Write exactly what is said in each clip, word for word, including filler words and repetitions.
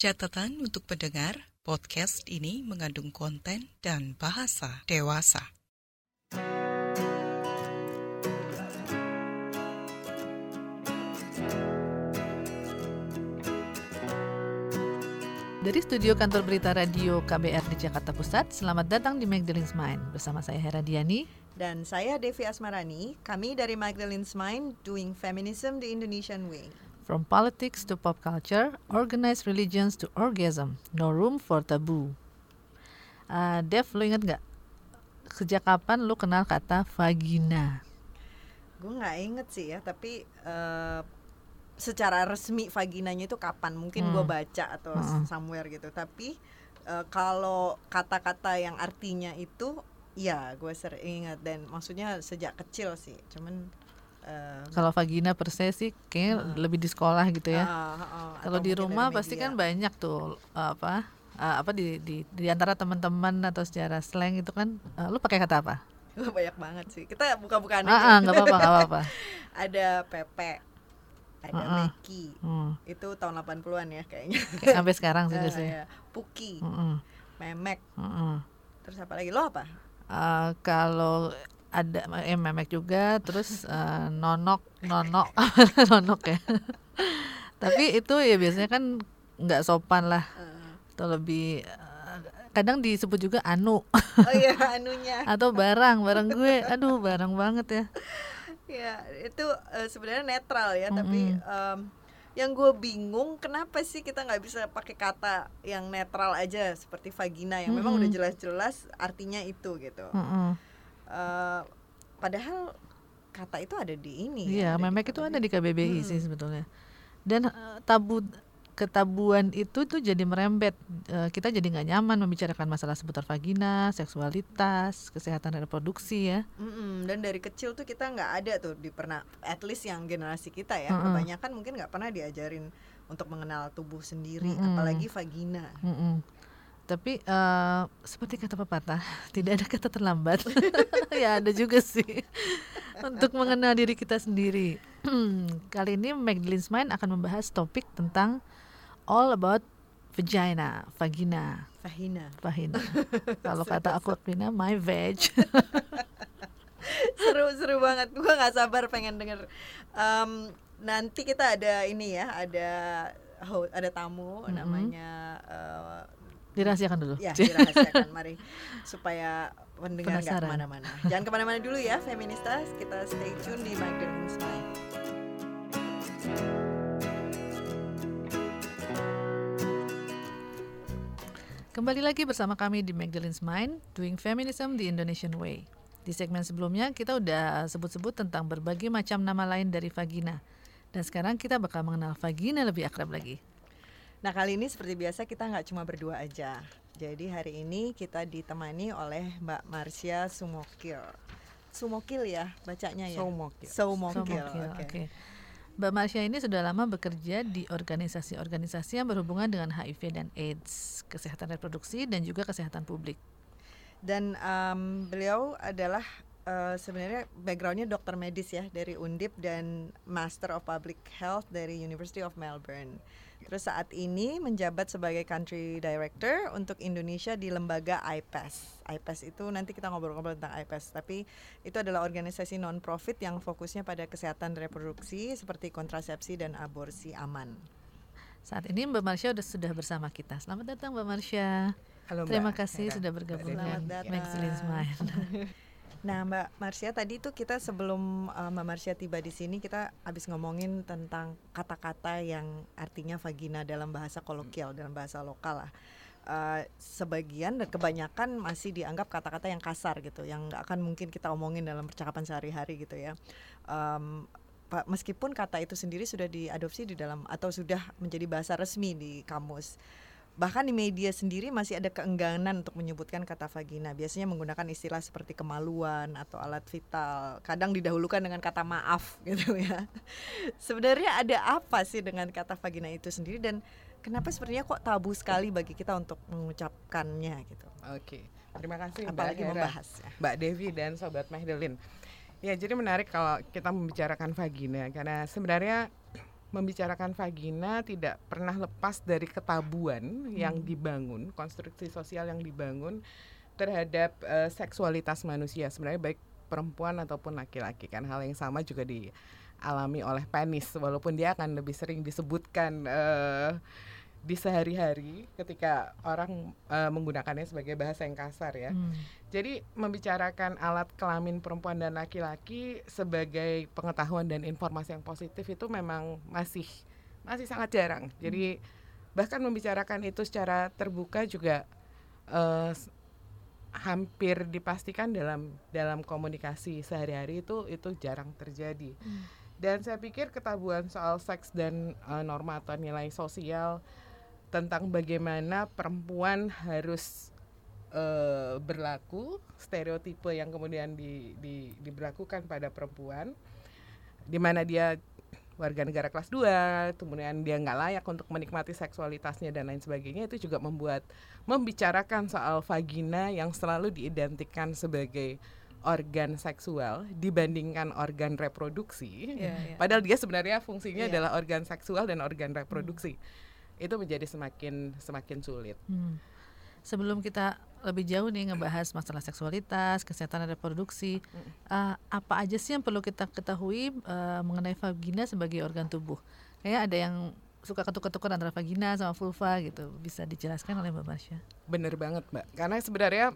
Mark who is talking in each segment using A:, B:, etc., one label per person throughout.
A: Catatan untuk pendengar, podcast ini mengandung konten dan bahasa dewasa.
B: Dari studio kantor berita radio K B R di Jakarta Pusat, selamat datang di Magdalene's Mind. Bersama saya Hera Diani.
C: Dan saya Devi Asmarani. Kami dari Magdalene's Mind, doing feminism the Indonesian way.
B: From politics to pop culture, organized religions to orgasm, no room for taboo. Uh, Dev, lu inget gak? Sejak kapan lu kenal kata vagina?
C: Gue gak inget sih ya, tapi uh, secara resmi vaginanya itu kapan? Mungkin hmm. gue baca atau hmm. somewhere gitu. Tapi uh, kalau kata-kata yang artinya itu, ya gue sering ingat. Dan maksudnya sejak kecil sih, cuman Uh,
B: kalau vagina per se sih kayaknya uh, lebih di sekolah gitu ya. Uh, uh, kalau di rumah pasti kan banyak tuh uh, apa uh, apa di di di antara teman-teman atau secara slang itu kan uh, lu pakai kata apa?
C: Banyak banget sih. Kita buka-bukaan
B: aja. Uh, nggak apa-apa, nggak apa-apa.
C: Ada Pepe, ada uh, uh. Meki. Uh. Itu tahun delapan puluhan ya kayaknya.
B: Kayak sampai sekarang sih uh, sih.
C: Ya. Puki,
B: uh, uh.
C: Memek.
B: Uh, uh.
C: Terus apa lagi? Lo apa?
B: Uh, kalau ada eh, memek juga, terus uh, nonok, nonok, nonok ya. Tapi itu ya biasanya kan nggak sopan lah, atau lebih uh, kadang disebut juga anu.
C: Oh iya, anunya.
B: Atau barang, barang gue, aduh barang banget ya.
C: Ya itu uh, sebenarnya netral ya, mm-hmm. tapi um, yang gue bingung kenapa sih kita nggak bisa pakai kata yang netral aja seperti vagina yang mm-hmm. memang udah jelas-jelas artinya itu gitu. Mm-hmm. Uh, padahal kata itu ada di ini.
B: Iya,
C: ya,
B: memek itu ada di K B B I hmm. sih sebetulnya. Dan uh, tabu ketabuan itu tuh jadi merembet. Uh, kita jadi nggak nyaman membicarakan masalah seputar vagina, seksualitas, kesehatan reproduksi ya.
C: Mm-mm. Dan dari kecil tuh kita nggak ada tuh di pernah, at least yang generasi kita ya,
B: Mm-mm.
C: kebanyakan mungkin nggak pernah diajarin untuk mengenal tubuh sendiri,
B: Mm-mm.
C: apalagi vagina.
B: Mm-mm. Tapi uh, seperti kata pepatah, tidak ada kata terlambat. Ya ada juga sih untuk mengenal diri kita sendiri. Kali ini Magdalene's Mind akan membahas topik tentang all about vagina, vagina,
C: vagina,
B: vagina. Kalau kata aku Aquina, my veg.
C: Seru-seru banget, gue nggak sabar pengen denger. Um, nanti kita ada ini ya, ada host, ada tamu mm-hmm. namanya. Uh,
B: dirahasiakan dulu.
C: Ya, dirahasiakan. Mari supaya pendengar nggak kemana-mana. Jangan kemana-mana dulu ya, feministas. Kita stay tune di Magdalene's Mind.
B: Kembali lagi bersama kami di Magdalene's Mind, doing feminism the Indonesian way. Di segmen sebelumnya kita udah sebut-sebut tentang berbagai macam nama lain dari vagina. Dan sekarang kita bakal mengenal vagina lebih akrab lagi.
C: Nah kali ini seperti biasa kita nggak cuma berdua aja. Jadi hari ini kita ditemani oleh Mbak Marsha Sumokil. Sumokil ya bacanya ya?
D: Sumokil.
C: Sumokil. Oke.
B: Okay. Okay. Mbak Marsha ini sudah lama bekerja di organisasi-organisasi yang berhubungan dengan H I V dan AIDS, kesehatan reproduksi dan juga kesehatan publik.
C: Dan um, beliau adalah uh, sebenarnya backgroundnya dokter medis ya dari Undip dan Master of Public Health dari University of Melbourne. Terus saat ini menjabat sebagai Country Director untuk Indonesia di lembaga I P E S. I P E S itu nanti kita ngobrol-ngobrol tentang I P E S, tapi itu adalah organisasi non-profit yang fokusnya pada kesehatan reproduksi seperti kontrasepsi dan aborsi aman.
B: Saat ini Mbak Marsha sudah, sudah bersama kita. Selamat datang Mbak Marsha.
D: Halo Mbak.
B: Terima kasih
D: Hera.
B: sudah bergabung dengan Magdalene's Mind.
C: Nah Mbak Marsha, tadi tuh kita sebelum uh, Mbak Marsha tiba di sini kita habis ngomongin tentang kata-kata yang artinya vagina dalam bahasa kolokial, dalam bahasa lokal lah. Uh, sebagian dan kebanyakan masih dianggap kata-kata yang kasar gitu, yang nggak akan mungkin kita omongin dalam percakapan sehari-hari gitu ya. Um, pa, meskipun kata itu sendiri sudah diadopsi di dalam atau sudah menjadi bahasa resmi di kamus. Bahkan di media sendiri masih ada keengganan untuk menyebutkan kata vagina. Biasanya menggunakan istilah seperti kemaluan atau alat vital. Kadang didahulukan dengan kata maaf gitu ya. Sebenarnya ada apa sih dengan kata vagina itu sendiri dan kenapa sebenarnya kok tabu sekali bagi kita untuk mengucapkannya gitu.
D: Oke, terima kasih Mbak
C: Apalagi
D: Hera,
C: membahas ya.
D: Mbak Devi dan Sobat Magdalene. Ya jadi menarik kalau kita membicarakan vagina karena sebenarnya membicarakan vagina tidak pernah lepas dari ketabuan hmm. yang dibangun, konstruksi sosial yang dibangun terhadap uh, seksualitas manusia, sebenarnya baik perempuan ataupun laki-laki. Kan hal yang sama juga dialami oleh penis, walaupun dia akan lebih sering disebutkan uh, di sehari-hari ketika orang uh, menggunakannya sebagai bahasa yang kasar ya. Hmm. Jadi membicarakan alat kelamin perempuan dan laki-laki sebagai pengetahuan dan informasi yang positif itu memang masih masih sangat jarang. Jadi hmm. bahkan membicarakan itu secara terbuka juga uh, hampir dipastikan dalam dalam komunikasi sehari-hari itu itu jarang terjadi. Hmm. Dan saya pikir ketabuhan soal seks dan uh, norma atau nilai sosial tentang bagaimana perempuan harus uh, berlaku, stereotipe yang kemudian di, di, diberlakukan pada perempuan, di mana dia warga negara kelas dua, kemudian dia nggak layak untuk menikmati seksualitasnya dan lain sebagainya, itu juga membuat membicarakan soal vagina yang selalu diidentikan sebagai organ seksual dibandingkan organ reproduksi, yeah, yeah. padahal dia sebenarnya fungsinya yeah. adalah organ seksual dan organ reproduksi. Hmm. Itu menjadi semakin semakin sulit. Hmm.
B: Sebelum kita lebih jauh nih ngebahas masalah seksualitas, kesehatan reproduksi, hmm. uh, apa aja sih yang perlu kita ketahui uh, mengenai vagina sebagai organ tubuh? Kayaknya ada yang suka ketuk-ketukan antara vagina sama vulva gitu. Bisa dijelaskan oleh Mbak Marsya?
D: Bener banget Mbak, karena sebenarnya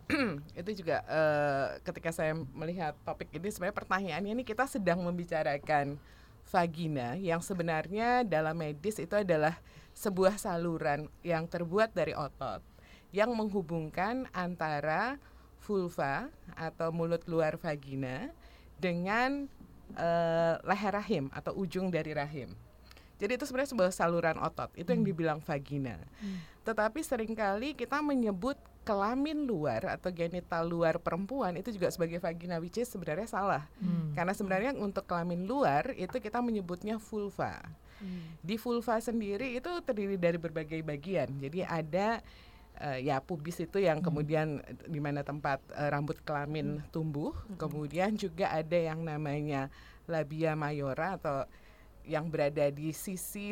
D: itu juga uh, ketika saya melihat topik ini, sebenarnya pertanyaannya ini kita sedang membicarakan vagina yang sebenarnya dalam medis itu adalah sebuah saluran yang terbuat dari otot yang menghubungkan antara vulva atau mulut luar vagina dengan uh, leher rahim atau ujung dari rahim. Jadi itu sebenarnya sebuah saluran otot, itu yang dibilang vagina. Hmm. Tetapi seringkali kita menyebut kelamin luar atau genital luar perempuan itu juga sebagai vagina, which is sebenarnya salah. Hmm. Karena sebenarnya untuk kelamin luar itu kita menyebutnya vulva. Hmm. Di vulva sendiri itu terdiri dari berbagai bagian. Jadi ada uh, ya pubis itu yang hmm. kemudian di mana tempat uh, rambut kelamin hmm. tumbuh. Hmm. Kemudian juga ada yang namanya labia mayora atau yang berada di sisi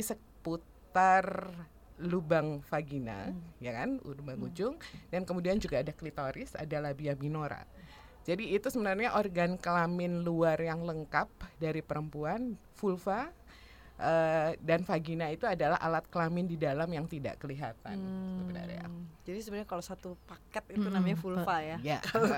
D: seputar lubang vagina, hmm. ya kan, lubang hmm. ujung, dan kemudian juga ada klitoris, ada labia minora. Jadi itu sebenarnya organ kelamin luar yang lengkap dari perempuan, vulva, uh, dan vagina itu adalah alat kelamin di dalam yang tidak kelihatan hmm. sebenarnya.
C: Jadi sebenarnya kalau satu paket itu hmm. namanya vulva ya.
D: Ya.
C: Kalau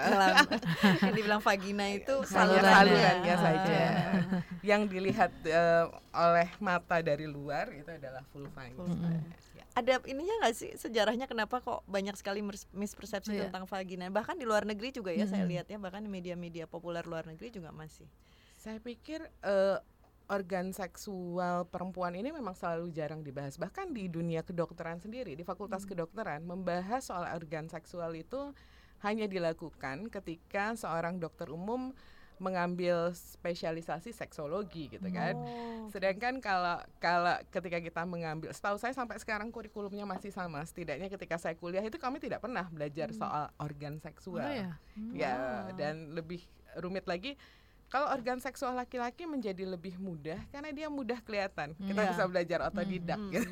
C: yang dibilang vagina itu
D: salurannya, salurannya saja. Yang dilihat uh, oleh mata dari luar itu adalah vulva.
C: vulva. Ya. Ada ininya nggak sih sejarahnya kenapa kok banyak sekali mispersepsi yeah. tentang vagina? Bahkan di luar negeri juga ya hmm. saya lihat ya, bahkan di media-media populer luar negeri juga masih.
D: Saya pikir uh, organ seksual perempuan ini memang selalu jarang dibahas. Bahkan di dunia kedokteran sendiri, di fakultas hmm. kedokteran, membahas soal organ seksual itu hanya dilakukan ketika seorang dokter umum mengambil spesialisasi seksologi gitu kan. Oh. Sedangkan kalau kalau ketika kita mengambil, setahu saya sampai sekarang kurikulumnya masih sama. Setidaknya ketika saya kuliah itu kami tidak pernah belajar hmm. soal organ seksual. Oh, ya, hmm. ya dan lebih rumit lagi. Kalau organ seksual laki-laki menjadi lebih mudah karena dia mudah kelihatan. Kita yeah. bisa belajar otodidak mm, gitu.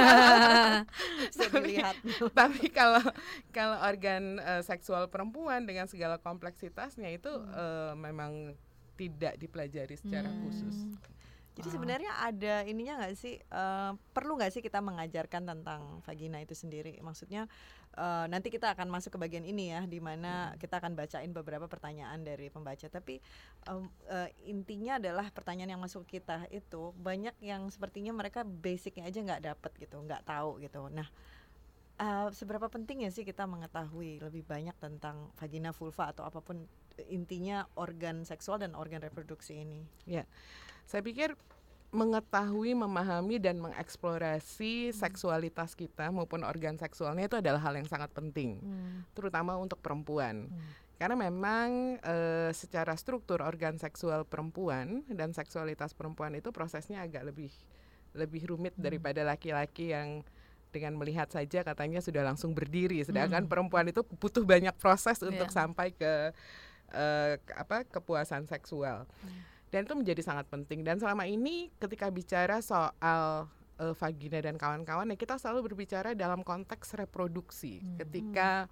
D: tapi, tapi kalau kalau organ uh, seksual perempuan dengan segala kompleksitasnya itu mm. uh, memang tidak dipelajari secara mm. khusus.
C: Jadi wow. sebenarnya ada ininya nggak sih, uh, perlu nggak sih kita mengajarkan tentang vagina itu sendiri? Maksudnya uh, nanti kita akan masuk ke bagian ini ya, di mana hmm. kita akan bacain beberapa pertanyaan dari pembaca. Tapi um, uh, intinya adalah pertanyaan yang masuk kita itu banyak yang sepertinya mereka basicnya aja nggak dapet gitu, nggak tahu gitu. Nah, uh, seberapa pentingnya sih kita mengetahui lebih banyak tentang vagina, vulva atau apapun intinya organ seksual dan organ reproduksi ini?
D: Ya, saya pikir mengetahui, memahami dan mengeksplorasi hmm. seksualitas kita maupun organ seksualnya itu adalah hal yang sangat penting, hmm. terutama untuk perempuan. Hmm. Karena memang e, secara struktur organ seksual perempuan dan seksualitas perempuan itu prosesnya agak lebih lebih rumit hmm. daripada laki-laki yang dengan melihat saja katanya sudah langsung berdiri, sedangkan hmm. perempuan itu butuh banyak proses untuk yeah. sampai ke Uh, apa kepuasan seksual. Hmm. Dan itu menjadi sangat penting. Dan selama ini ketika bicara soal uh, vagina dan kawan-kawan, ya kita selalu berbicara dalam konteks reproduksi hmm. ketika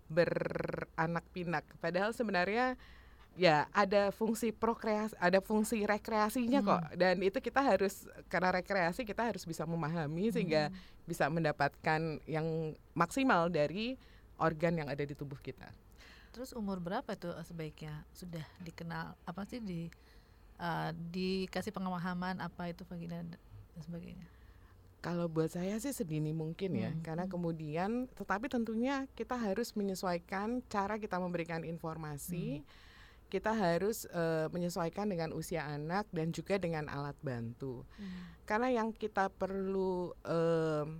D: beranak pinak. Padahal sebenarnya ya ada fungsi prokreasi, ada fungsi rekreasinya hmm. kok. Dan itu kita harus, karena rekreasi kita harus bisa memahami hmm. sehingga bisa mendapatkan yang maksimal dari organ yang ada di tubuh kita.
B: Terus umur berapa itu sebaiknya sudah dikenal, apa sih di Uh, dikasih pemahaman apa itu vagina dan sebagainya?
D: Kalau buat saya sih sedini mungkin ya, hmm. karena kemudian, tetapi tentunya kita harus menyesuaikan cara kita memberikan informasi, hmm. kita harus uh, menyesuaikan dengan usia anak dan juga dengan alat bantu. Hmm. Karena yang kita perlu uh,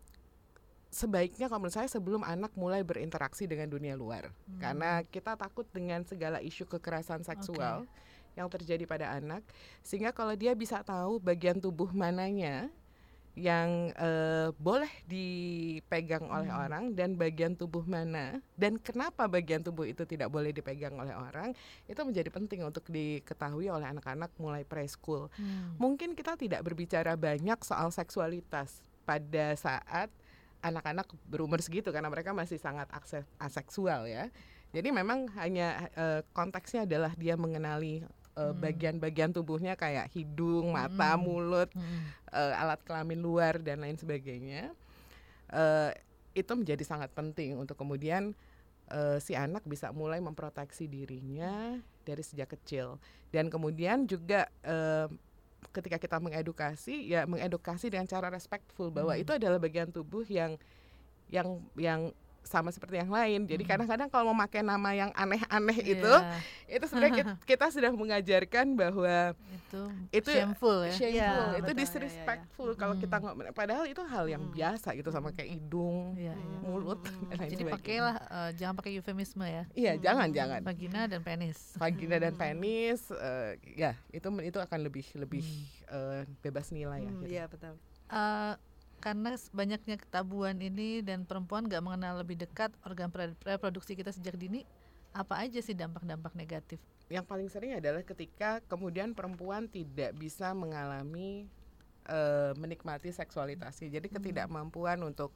D: sebaiknya kalau menurut saya sebelum anak mulai berinteraksi dengan dunia luar, hmm. karena kita takut dengan segala isu kekerasan seksual. Okay. Yang terjadi pada anak, sehingga kalau dia bisa tahu bagian tubuh mananya yang uh, boleh dipegang oleh hmm. orang dan bagian tubuh mana dan kenapa bagian tubuh itu tidak boleh dipegang oleh orang, itu menjadi penting untuk diketahui oleh anak-anak mulai preschool. Hmm. Mungkin kita tidak berbicara banyak soal seksualitas pada saat anak-anak berumur segitu karena mereka masih sangat akse- aseksual ya. Jadi memang hanya uh, konteksnya adalah dia mengenali Uh, hmm. bagian-bagian tubuhnya kayak hidung, mata, hmm. mulut, hmm. Uh, alat kelamin luar dan lain sebagainya. Uh, itu menjadi sangat penting untuk kemudian uh, si anak bisa mulai memproteksi dirinya dari sejak kecil. Dan kemudian juga uh, ketika kita mengedukasi, ya mengedukasi dengan cara respectful bahwa hmm. itu adalah bagian tubuh yang yang yang sama seperti yang lain. Jadi hmm. kadang-kadang kalau memakai nama yang aneh-aneh yeah. itu, itu sebenarnya kita, kita sudah mengajarkan bahwa
B: itu,
D: itu
B: shameful ya,
D: shameful,
B: yeah,
D: itu
B: betul,
D: disrespectful yeah, yeah. kalau
B: hmm.
D: kita ngomong. Padahal itu hal yang hmm. biasa gitu, sama kayak hidung,
B: yeah, yeah.
D: mulut.
B: Hmm.
D: Dan lain
B: Jadi
D: sebagainya.
B: pakailah, uh, jangan pakai eufemisme ya.
D: Iya, hmm. jangan, jangan.
B: Vagina dan penis.
D: Vagina dan penis, uh, ya itu itu akan lebih lebih hmm. uh, bebas nilai
C: hmm,
D: ya.
C: Iya betul.
B: Uh, Karena banyaknya ketabuan ini dan perempuan gak mengenal lebih dekat organ reproduksi kita sejak dini, apa aja sih dampak-dampak negatif?
D: Yang paling sering adalah ketika kemudian perempuan tidak bisa mengalami uh, menikmati seksualitasnya. Jadi ketidakmampuan untuk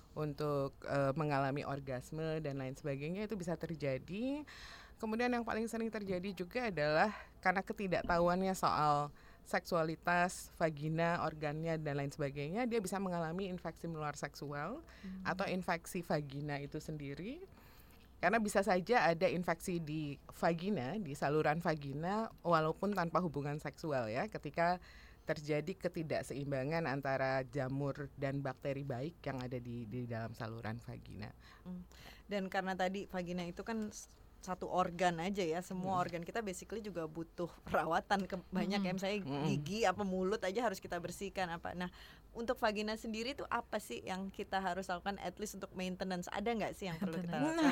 D: untuk uh, mengalami orgasme dan lain sebagainya itu bisa terjadi. Kemudian yang paling sering terjadi juga adalah karena ketidaktahuannya soal seksualitas, vagina, organnya dan lain sebagainya, dia bisa mengalami infeksi menular seksual hmm. atau infeksi vagina itu sendiri. Karena bisa saja ada infeksi di vagina, di saluran vagina walaupun tanpa hubungan seksual ya, ketika terjadi ketidakseimbangan antara jamur dan bakteri baik yang ada di di dalam saluran vagina.
C: Hmm. Dan karena tadi vagina itu kan satu organ aja ya, semua hmm. organ kita basically juga butuh perawatan ke, banyak hmm. ya, misalnya gigi apa mulut aja harus kita bersihkan apa. Nah untuk vagina sendiri tuh apa sih yang kita harus lakukan at least untuk maintenance, ada nggak sih yang perlu kita lakukan?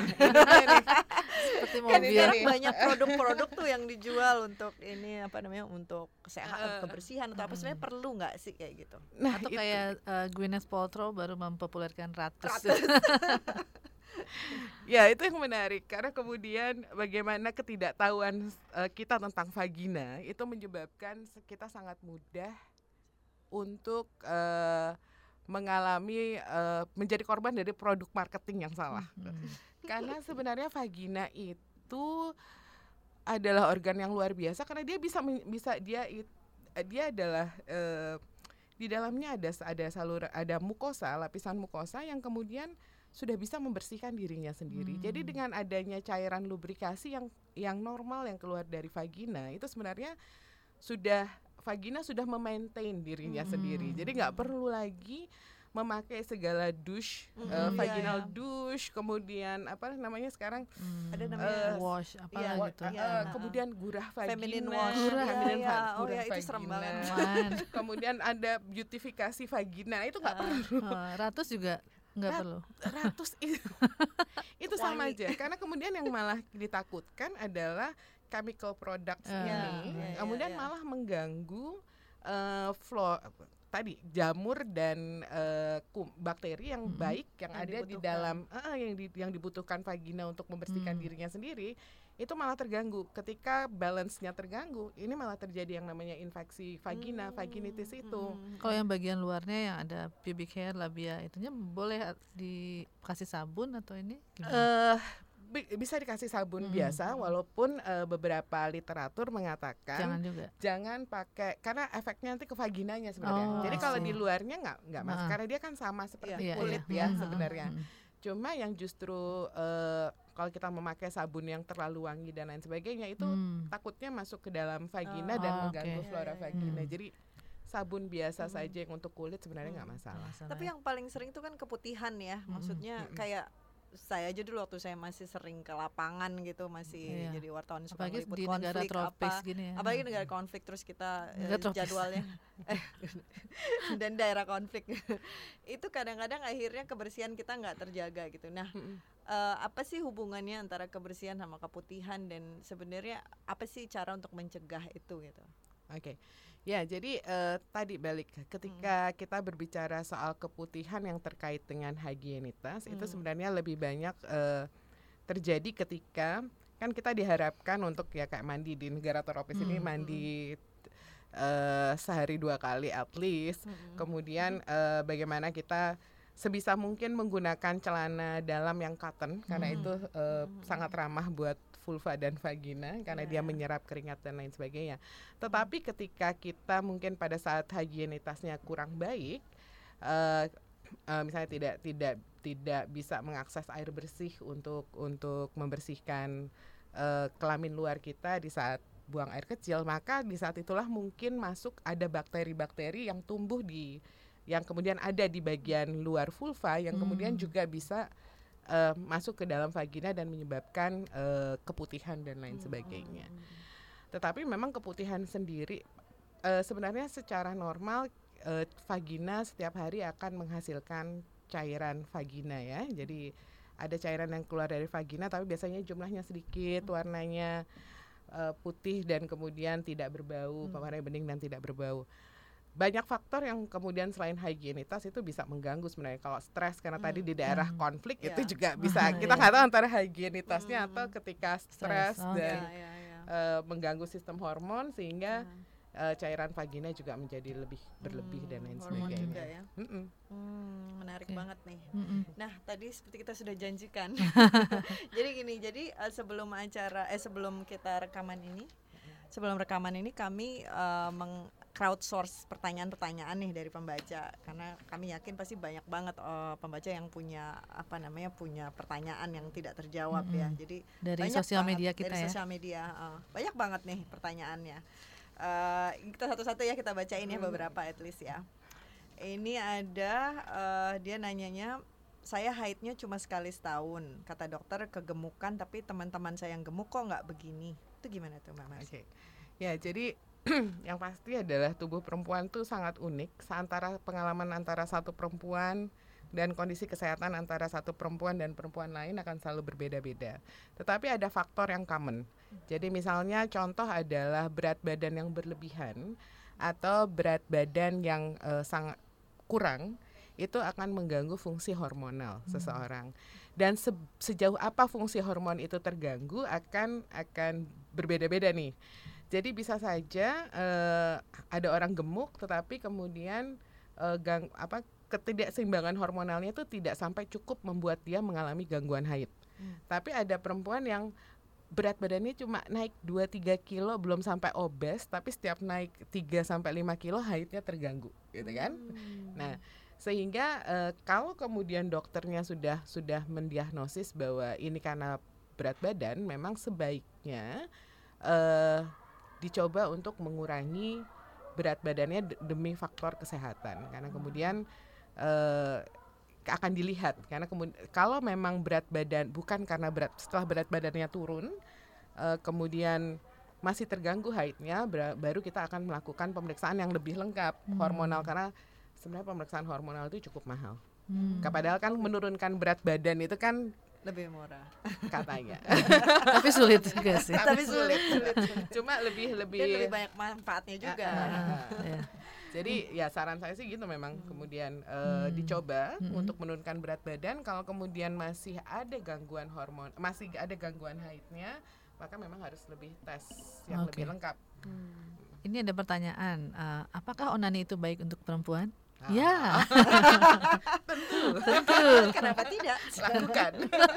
B: Seperti
C: kan
B: mobil.
C: sekarang banyak produk-produk tuh yang dijual untuk ini apa namanya untuk kesehatan, uh, kebersihan atau apa, sebenarnya perlu nggak sih kayak gitu?
B: Nah, atau itu. Kayak uh, Gwyneth Paltrow baru mempopulerkan ratus.
C: ratus.
D: Ya itu yang menarik karena kemudian bagaimana ketidaktahuan uh, kita tentang vagina itu menyebabkan kita sangat mudah untuk uh, mengalami uh, menjadi korban dari produk marketing yang salah. Hmm. Karena sebenarnya vagina itu adalah organ yang luar biasa karena dia bisa bisa dia dia adalah uh, di dalamnya ada ada saluran, ada mukosa, lapisan mukosa yang kemudian sudah bisa membersihkan dirinya sendiri. Hmm. Jadi dengan adanya cairan lubrikasi yang yang normal yang keluar dari vagina itu sebenarnya sudah vagina sudah memaintain dirinya hmm. sendiri. Jadi nggak perlu lagi memakai segala douche, hmm, uh, vaginal iya, iya. douche, kemudian apa namanya sekarang
B: hmm,
C: ada namanya
B: uh, wash apa
C: iya,
B: gitu.
D: Uh, uh, kemudian gurah vagina,
C: feminine wash,
D: gurah,
C: ya,
D: feminine
C: ya,
D: va-
C: oh
D: gurah
C: ya itu
D: vagina.
C: serem banget.
D: Kemudian ada beautifikasi vagina, itu nggak uh, perlu.
B: Uh, ratus juga nggak
D: Rat,
B: perlu.
D: Ratus itu itu sama aja. Karena kemudian yang malah ditakutkan adalah chemical products uh, ini,
C: yeah,
D: kemudian
C: yeah, yeah.
D: malah mengganggu uh, flow tadi jamur dan uh, kum, bakteri yang mm-hmm. baik yang, yang ada dibutuhkan. Di dalam uh, yang di, yang dibutuhkan vagina untuk membersihkan mm. dirinya sendiri itu malah terganggu. Ketika balance-nya terganggu, ini malah terjadi yang namanya infeksi vagina, hmm. vaginitis itu. Hmm.
B: Kalau yang bagian luarnya yang ada pubic hair, labia, itunya boleh dikasih sabun atau ini gimana?
D: Uh, bisa dikasih sabun hmm. biasa, walaupun uh, beberapa literatur mengatakan
B: jangan juga,
D: jangan pakai karena efeknya nanti ke vaginanya sebenarnya. Oh, Jadi kalau di luarnya nggak nggak mas, nah. karena dia kan sama seperti iya, kulit iya. ya hmm. sebenarnya. Hmm. Cuma yang justru uh, kalau kita memakai sabun yang terlalu wangi dan lain sebagainya itu hmm. takutnya masuk ke dalam vagina oh, dan mengganggu okay. flora vagina. Hmm. Jadi sabun biasa hmm. saja yang untuk kulit sebenarnya nggak hmm. masalah.
C: Tapi yang paling sering itu kan keputihan ya, hmm. maksudnya hmm. kayak saya aja dulu waktu saya masih sering ke lapangan gitu, masih iya. jadi wartawan suka meliput konflik apa, gini ya. apalagi negara konflik terus kita eh, jadwalnya eh, dan daerah konflik itu kadang-kadang akhirnya kebersihan kita nggak terjaga gitu. Nah, uh, apa sih hubungannya antara kebersihan sama keputihan dan sebenarnya apa sih cara untuk mencegah itu gitu?
D: Oke, okay. ya jadi uh, tadi balik ketika hmm. kita berbicara soal keputihan yang terkait dengan higienitas hmm. itu sebenarnya lebih banyak uh, terjadi ketika kan kita diharapkan untuk ya kayak mandi di negara tropis hmm. ini mandi uh, sehari dua kali at least, hmm. kemudian uh, bagaimana kita sebisa mungkin menggunakan celana dalam yang cotton karena hmm. itu uh, hmm. sangat ramah buat vulva dan vagina karena yeah. dia menyerap keringat dan lain sebagainya. Tetapi ketika kita mungkin pada saat higienitasnya kurang baik, uh, uh, misalnya tidak tidak tidak bisa mengakses air bersih untuk untuk membersihkan uh, kelamin luar kita di saat buang air kecil, maka di saat itulah mungkin masuk ada bakteri-bakteri yang tumbuh di yang kemudian ada di bagian luar vulva yang hmm. kemudian juga bisa Uh, masuk ke dalam vagina dan menyebabkan uh, keputihan dan lain sebagainya. Hmm. Tetapi memang keputihan sendiri uh, sebenarnya secara normal uh, vagina setiap hari akan menghasilkan cairan vagina ya. Jadi ada cairan yang keluar dari vagina tapi biasanya jumlahnya sedikit, warnanya uh, putih dan kemudian tidak berbau, hmm. warnanya bening dan tidak berbau. Banyak faktor yang kemudian selain higienitas itu bisa mengganggu sebenarnya. Kalau stres karena hmm. tadi di daerah hmm. konflik yeah. itu juga bisa kita nggak tahu antara higienitasnya hmm. atau ketika stres oh. dan yeah, yeah, yeah. Uh, mengganggu sistem hormon sehingga yeah. uh, cairan vagina juga menjadi lebih berlebih hmm. dan lain sebagainya.
C: Juga ya. Hmm, menarik okay. banget nih. Mm-mm. Nah tadi seperti kita sudah janjikan. Jadi gini, jadi uh, sebelum acara eh sebelum kita rekaman ini, sebelum rekaman ini kami uh, meng crowdsource pertanyaan-pertanyaan nih dari pembaca karena kami yakin pasti banyak banget uh, pembaca yang punya apa namanya punya pertanyaan yang tidak terjawab mm-hmm. ya. Jadi
B: dari sosial media kita
C: dari
B: ya.
C: Sosial media uh, banyak banget nih pertanyaannya. Uh, kita satu-satu ya kita bacain ya beberapa at least ya. Ini ada uh, dia nanyanya, saya haidnya cuma sekali setahun, kata dokter kegemukan tapi teman-teman saya yang gemuk kok nggak begini. Itu gimana tuh Mbak Mas?
D: Oke, okay. Ya jadi yang pasti adalah tubuh perempuan tuh sangat unik. Antara pengalaman antara satu perempuan dan kondisi kesehatan antara satu perempuan dan perempuan lain akan selalu berbeda-beda. Tetapi ada faktor yang common. Jadi misalnya contoh adalah berat badan yang berlebihan atau berat badan yang uh, sangat kurang itu akan mengganggu fungsi hormonal hmm. seseorang. Dan se- sejauh apa fungsi hormon itu terganggu akan akan berbeda-beda nih. Jadi bisa saja uh, ada orang gemuk tetapi kemudian uh, gang apa ketidakseimbangan hormonalnya itu tidak sampai cukup membuat dia mengalami gangguan haid. Hmm. Tapi ada perempuan yang berat badannya cuma naik dua tiga kilo belum sampai obes tapi setiap naik tiga sampai lima kilo haidnya terganggu gitu kan. Hmm. Nah, sehingga uh, kalau kemudian dokternya sudah sudah mendiagnosis bahwa ini karena berat badan, memang sebaiknya uh, dicoba untuk mengurangi berat badannya demi faktor kesehatan karena kemudian uh, akan dilihat karena kemudian kalau memang berat badan bukan karena berat setelah berat badannya turun uh, kemudian masih terganggu haidnya ber- baru kita akan melakukan pemeriksaan yang lebih lengkap hmm. hormonal karena sebenarnya pemeriksaan hormonal itu cukup mahal. Hmm. Padahal kan menurunkan berat badan itu kan
C: lebih murah
D: katanya.
B: Tapi sulit juga sih.
C: Tapi sulit, sulit.
D: Cuma lebih lebih
C: dan lebih banyak manfaatnya juga.
B: Uh, uh, yeah.
D: Jadi ya saran saya sih gitu memang hmm. kemudian uh, hmm. dicoba hmm. untuk menurunkan berat badan. Kalau kemudian masih ada gangguan hormon, masih ada gangguan haidnya, maka memang harus lebih tes yang
B: Oke.
D: lebih lengkap.
C: Hmm.
B: Ini ada pertanyaan, uh, apakah onani itu baik untuk perempuan?
D: Ah.
B: Ya,
D: Tentu.
B: tentu.
C: Kenapa tidak?
D: Lakukan.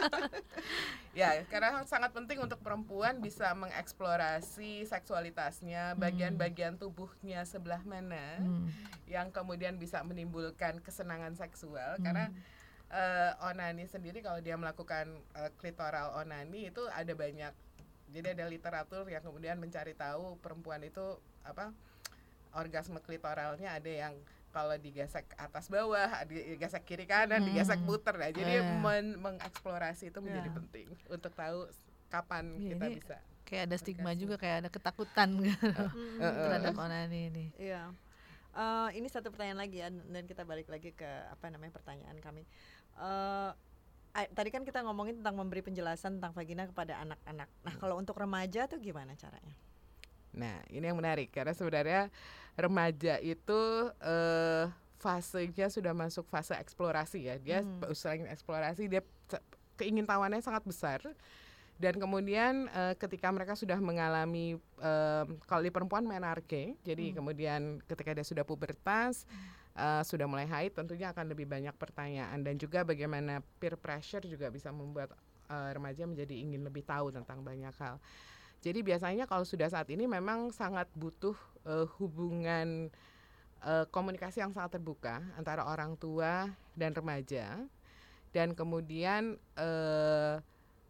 D: Ya, karena sangat penting untuk perempuan bisa mengeksplorasi seksualitasnya, bagian-bagian tubuhnya sebelah mana
B: Hmm.
D: yang kemudian bisa menimbulkan kesenangan seksual.
B: Hmm.
D: Karena eh, onani sendiri kalau dia melakukan eh, klitoral onani itu ada banyak. Jadi ada literatur yang kemudian mencari tahu perempuan itu apa orgasme klitoralnya ada yang kalau digesek atas bawah, digesek kiri kanan,
B: Hmm.
D: digesek muter. Nah, jadi
B: Eh.
D: men- mengeksplorasi itu menjadi
C: Ya.
D: penting untuk tahu kapan
B: Ya,
D: kita
B: ini
D: bisa.
B: Kayak ada stigma
D: Orgasme.
B: juga, kayak ada ketakutan
C: Hmm.
B: terhadap onani ini.
C: Iya. Eh, ini satu pertanyaan lagi ya, dan kita balik lagi ke apa namanya pertanyaan kami. Eh, a- tadi kan kita ngomongin tentang memberi penjelasan tentang vagina kepada anak-anak. Nah, kalau untuk remaja tuh gimana caranya?
D: Nah, ini yang menarik karena sebenarnya remaja itu eh, fasenya sudah masuk fase eksplorasi ya. Dia
C: Hmm.
D: selain eksplorasi, dia se- keingintahuannya sangat besar. Dan kemudian eh, ketika mereka sudah mengalami eh, kalau di perempuan menarche, jadi
C: Hmm.
D: kemudian ketika dia sudah pubertas, eh, sudah mulai haid, tentunya akan lebih banyak pertanyaan dan juga bagaimana peer pressure juga bisa membuat eh, remaja menjadi ingin lebih tahu tentang banyak hal. Jadi biasanya kalau sudah saat ini memang sangat butuh eh, hubungan eh, komunikasi yang sangat terbuka antara orang tua dan remaja, dan kemudian eh,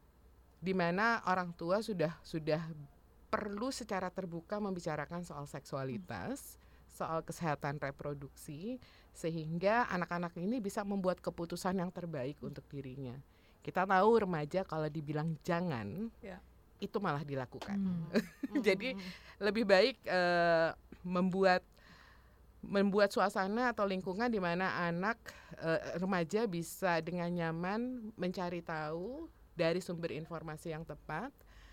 D: di mana orang tua sudah sudah perlu secara terbuka membicarakan soal seksualitas, soal kesehatan reproduksi, sehingga anak-anak ini bisa membuat keputusan yang terbaik untuk dirinya. Kita tahu remaja kalau dibilang jangan,
C: Ya.
D: itu malah dilakukan.
B: Hmm.
D: Jadi lebih baik eh, membuat membuat suasana atau lingkungan di mana anak eh, remaja bisa dengan nyaman mencari tahu dari sumber informasi yang tepat,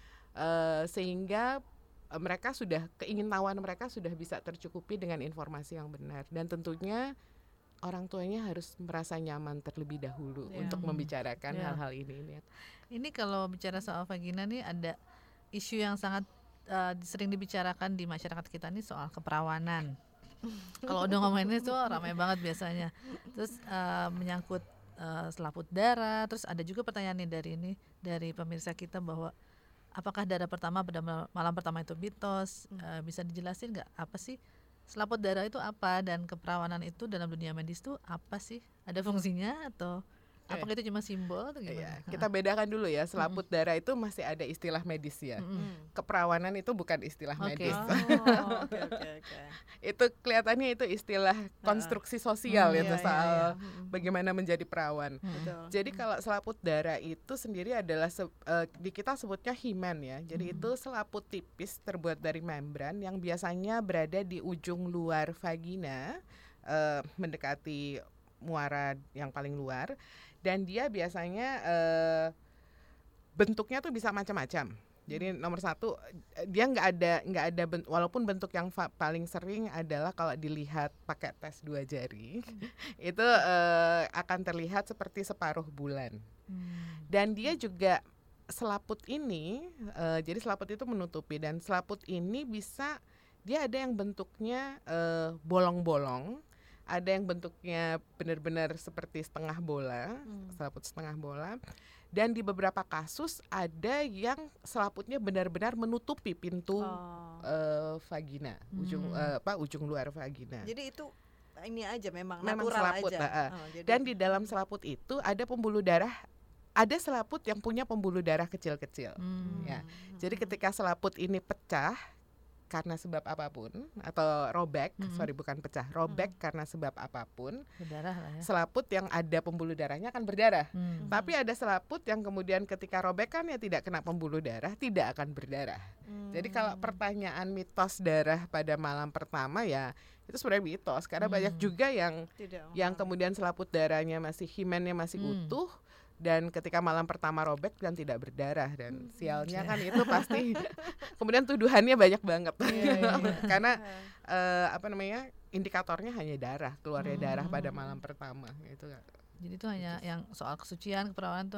D: eh, sehingga eh, mereka sudah keingintahuan mereka sudah bisa tercukupi dengan informasi yang benar, dan tentunya orang tuanya harus merasa nyaman terlebih dahulu
C: Ya.
D: untuk membicarakan
B: Ya.
D: hal-hal ini, ini.
B: Ini kalau bicara soal vagina nih ada isu yang sangat uh, sering dibicarakan di masyarakat kita nih soal keperawanan. Kalau udah ngomongin itu ramai banget biasanya. Terus uh, menyangkut uh, selaput darah. Terus ada juga pertanyaan nih dari ini dari pemirsa kita bahwa apakah darah pertama pada mal- malam pertama itu mitos? Uh, bisa dijelasin nggak apa sih selaput darah itu apa, dan keperawanan itu dalam dunia medis itu apa sih? Ada fungsinya atau
D: Eh.
B: apakah itu cuma simbol atau
D: Iya,
B: gimana?
D: kita bedakan dulu ya, selaput darah itu masih ada istilah medis ya.
B: Mm-mm.
D: Keperawanan itu bukan istilah
B: Oke.
D: medis.
C: Oh, oke oke oke.
D: Itu kelihatannya itu istilah konstruksi sosial
B: Hmm,
D: itu
C: iya, iya,
D: soal
C: iya. Mm-mm.
D: bagaimana menjadi perawan.
B: Mm-mm.
C: Betul.
D: Jadi kalau selaput darah itu sendiri adalah se- eh, di kita sebutnya himen ya. Jadi
B: Hmm.
D: itu selaput tipis terbuat dari membran yang biasanya berada di ujung luar vagina, eh, mendekati muara yang paling luar, dan dia biasanya eh, bentuknya tuh bisa macam-macam. Jadi nomor satu, eh, dia nggak ada nggak ada ben- walaupun bentuk yang fa- paling sering adalah kalau dilihat pakai tes dua jari itu eh, akan terlihat seperti separuh bulan.
B: Hmm.
D: Dan dia juga selaput ini, eh, jadi selaput itu menutupi, dan selaput ini bisa dia ada yang bentuknya eh, bolong-bolong, ada yang bentuknya benar-benar seperti setengah bola,
C: Hmm.
D: selaput setengah bola, dan di beberapa kasus ada yang selaputnya benar-benar menutupi pintu
C: Oh.
D: eh, vagina, ujung
B: Hmm.
D: eh, apa ujung luar vagina.
C: Jadi itu ini aja memang,
D: Memang
C: natural
D: selaput,
C: aja.
D: ah, ah.
C: Oh, jadi-
D: Dan di dalam selaput itu ada pembuluh darah, ada selaput yang punya pembuluh darah kecil-kecil.
B: Hmm.
D: Ya. Jadi ketika selaput ini pecah karena sebab apapun, atau robek,
B: Mm-mm.
D: sorry bukan pecah, robek karena sebab apapun,
B: Berdarah lah ya.
D: selaput yang ada pembuluh darahnya akan berdarah.
B: Hmm.
D: Tapi ada selaput yang kemudian ketika robekan ya tidak kena pembuluh darah, tidak akan berdarah.
C: Hmm.
D: Jadi kalau pertanyaan mitos darah pada malam pertama ya itu sebenarnya mitos, karena
B: Hmm.
D: banyak juga yang
C: tidak.
D: yang kemudian selaput darahnya masih himennya masih
B: Hmm.
D: utuh, dan ketika malam pertama robek dan tidak berdarah, dan sialnya kan itu pasti kemudian tuduhannya banyak banget.
C: Iya, iya, iya.
D: Karena eh, apa namanya indikatornya hanya darah, keluarnya
B: Hmm.
D: darah pada malam pertama itu.
B: Jadi itu hanya yang soal kesucian, keperawanan itu hanya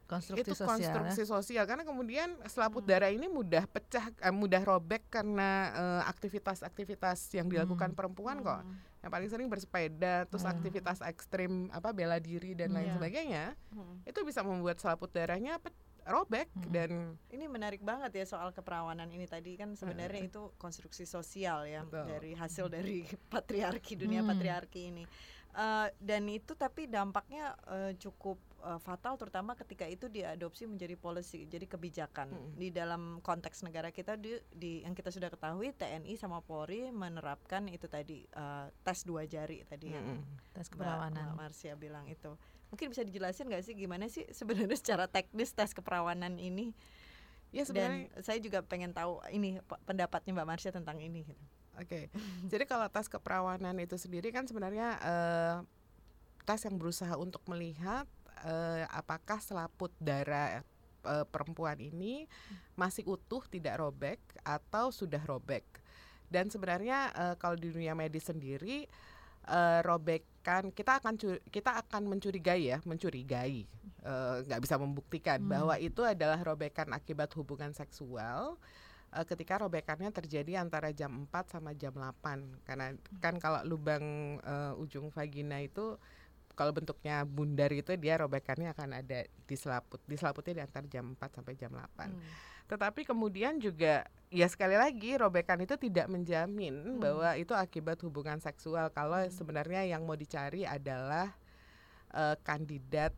B: konstruksi
D: itu
B: sosial.
D: konstruksi
B: Ya?
D: sosial karena kemudian selaput darah ini mudah pecah, eh, mudah robek karena eh, aktivitas-aktivitas yang dilakukan
B: Hmm.
D: perempuan kok. Yang paling sering bersepeda, terus
B: Hmm.
D: aktivitas ekstrim apa bela diri dan lain
C: Hmm.
D: sebagainya,
C: Hmm.
D: itu bisa membuat selaput darahnya pe- robek
B: Hmm.
D: dan
C: Ini menarik banget ya soal keperawanan ini tadi kan sebenarnya itu konstruksi sosial ya
D: Betul.
C: dari hasil dari patriarki dunia
B: Hmm.
C: patriarki ini. Eh, dan itu tapi dampaknya eh, cukup eh, fatal terutama ketika itu diadopsi menjadi policy jadi kebijakan
D: Mm.
C: di dalam konteks negara kita di, di yang kita sudah ketahui T N I sama Polri menerapkan itu tadi eh, tes dua jari tadi yang
D: Mm-mm.
B: Tes
C: Mbak
B: keperawanan.
C: Mbak Marsya bilang itu. Mungkin bisa dijelasin nggak sih gimana sih sebenarnya secara teknis tes keperawanan ini?
D: ya sebenarnya
C: Dan saya juga pengen tahu ini p- pendapatnya Mbak Marsya tentang ini. Gitu.
D: Oke, jadi kalau tes keperawanan itu sendiri kan sebenarnya eh, tes yang berusaha untuk melihat eh, apakah selaput darah eh, perempuan ini masih utuh, tidak robek atau sudah robek. Dan sebenarnya eh, kalau di dunia medis sendiri eh, robekan kita akan cu- kita akan mencurigai ya, mencurigai, eh, nggak bisa membuktikan
B: Hmm.
D: bahwa itu adalah robekan akibat hubungan seksual. Uh, ketika robekannya terjadi antara jam empat sama jam delapan karena kan kalau lubang uh, ujung vagina itu kalau bentuknya bundar itu dia robekannya akan ada di selaput di selaputnya di antara jam empat sampai jam delapan.
C: Hmm.
D: Tetapi kemudian juga ya sekali lagi robekan itu tidak menjamin
C: Hmm.
D: bahwa itu akibat hubungan seksual kalau
C: Hmm.
D: sebenarnya yang mau dicari adalah uh, kandidat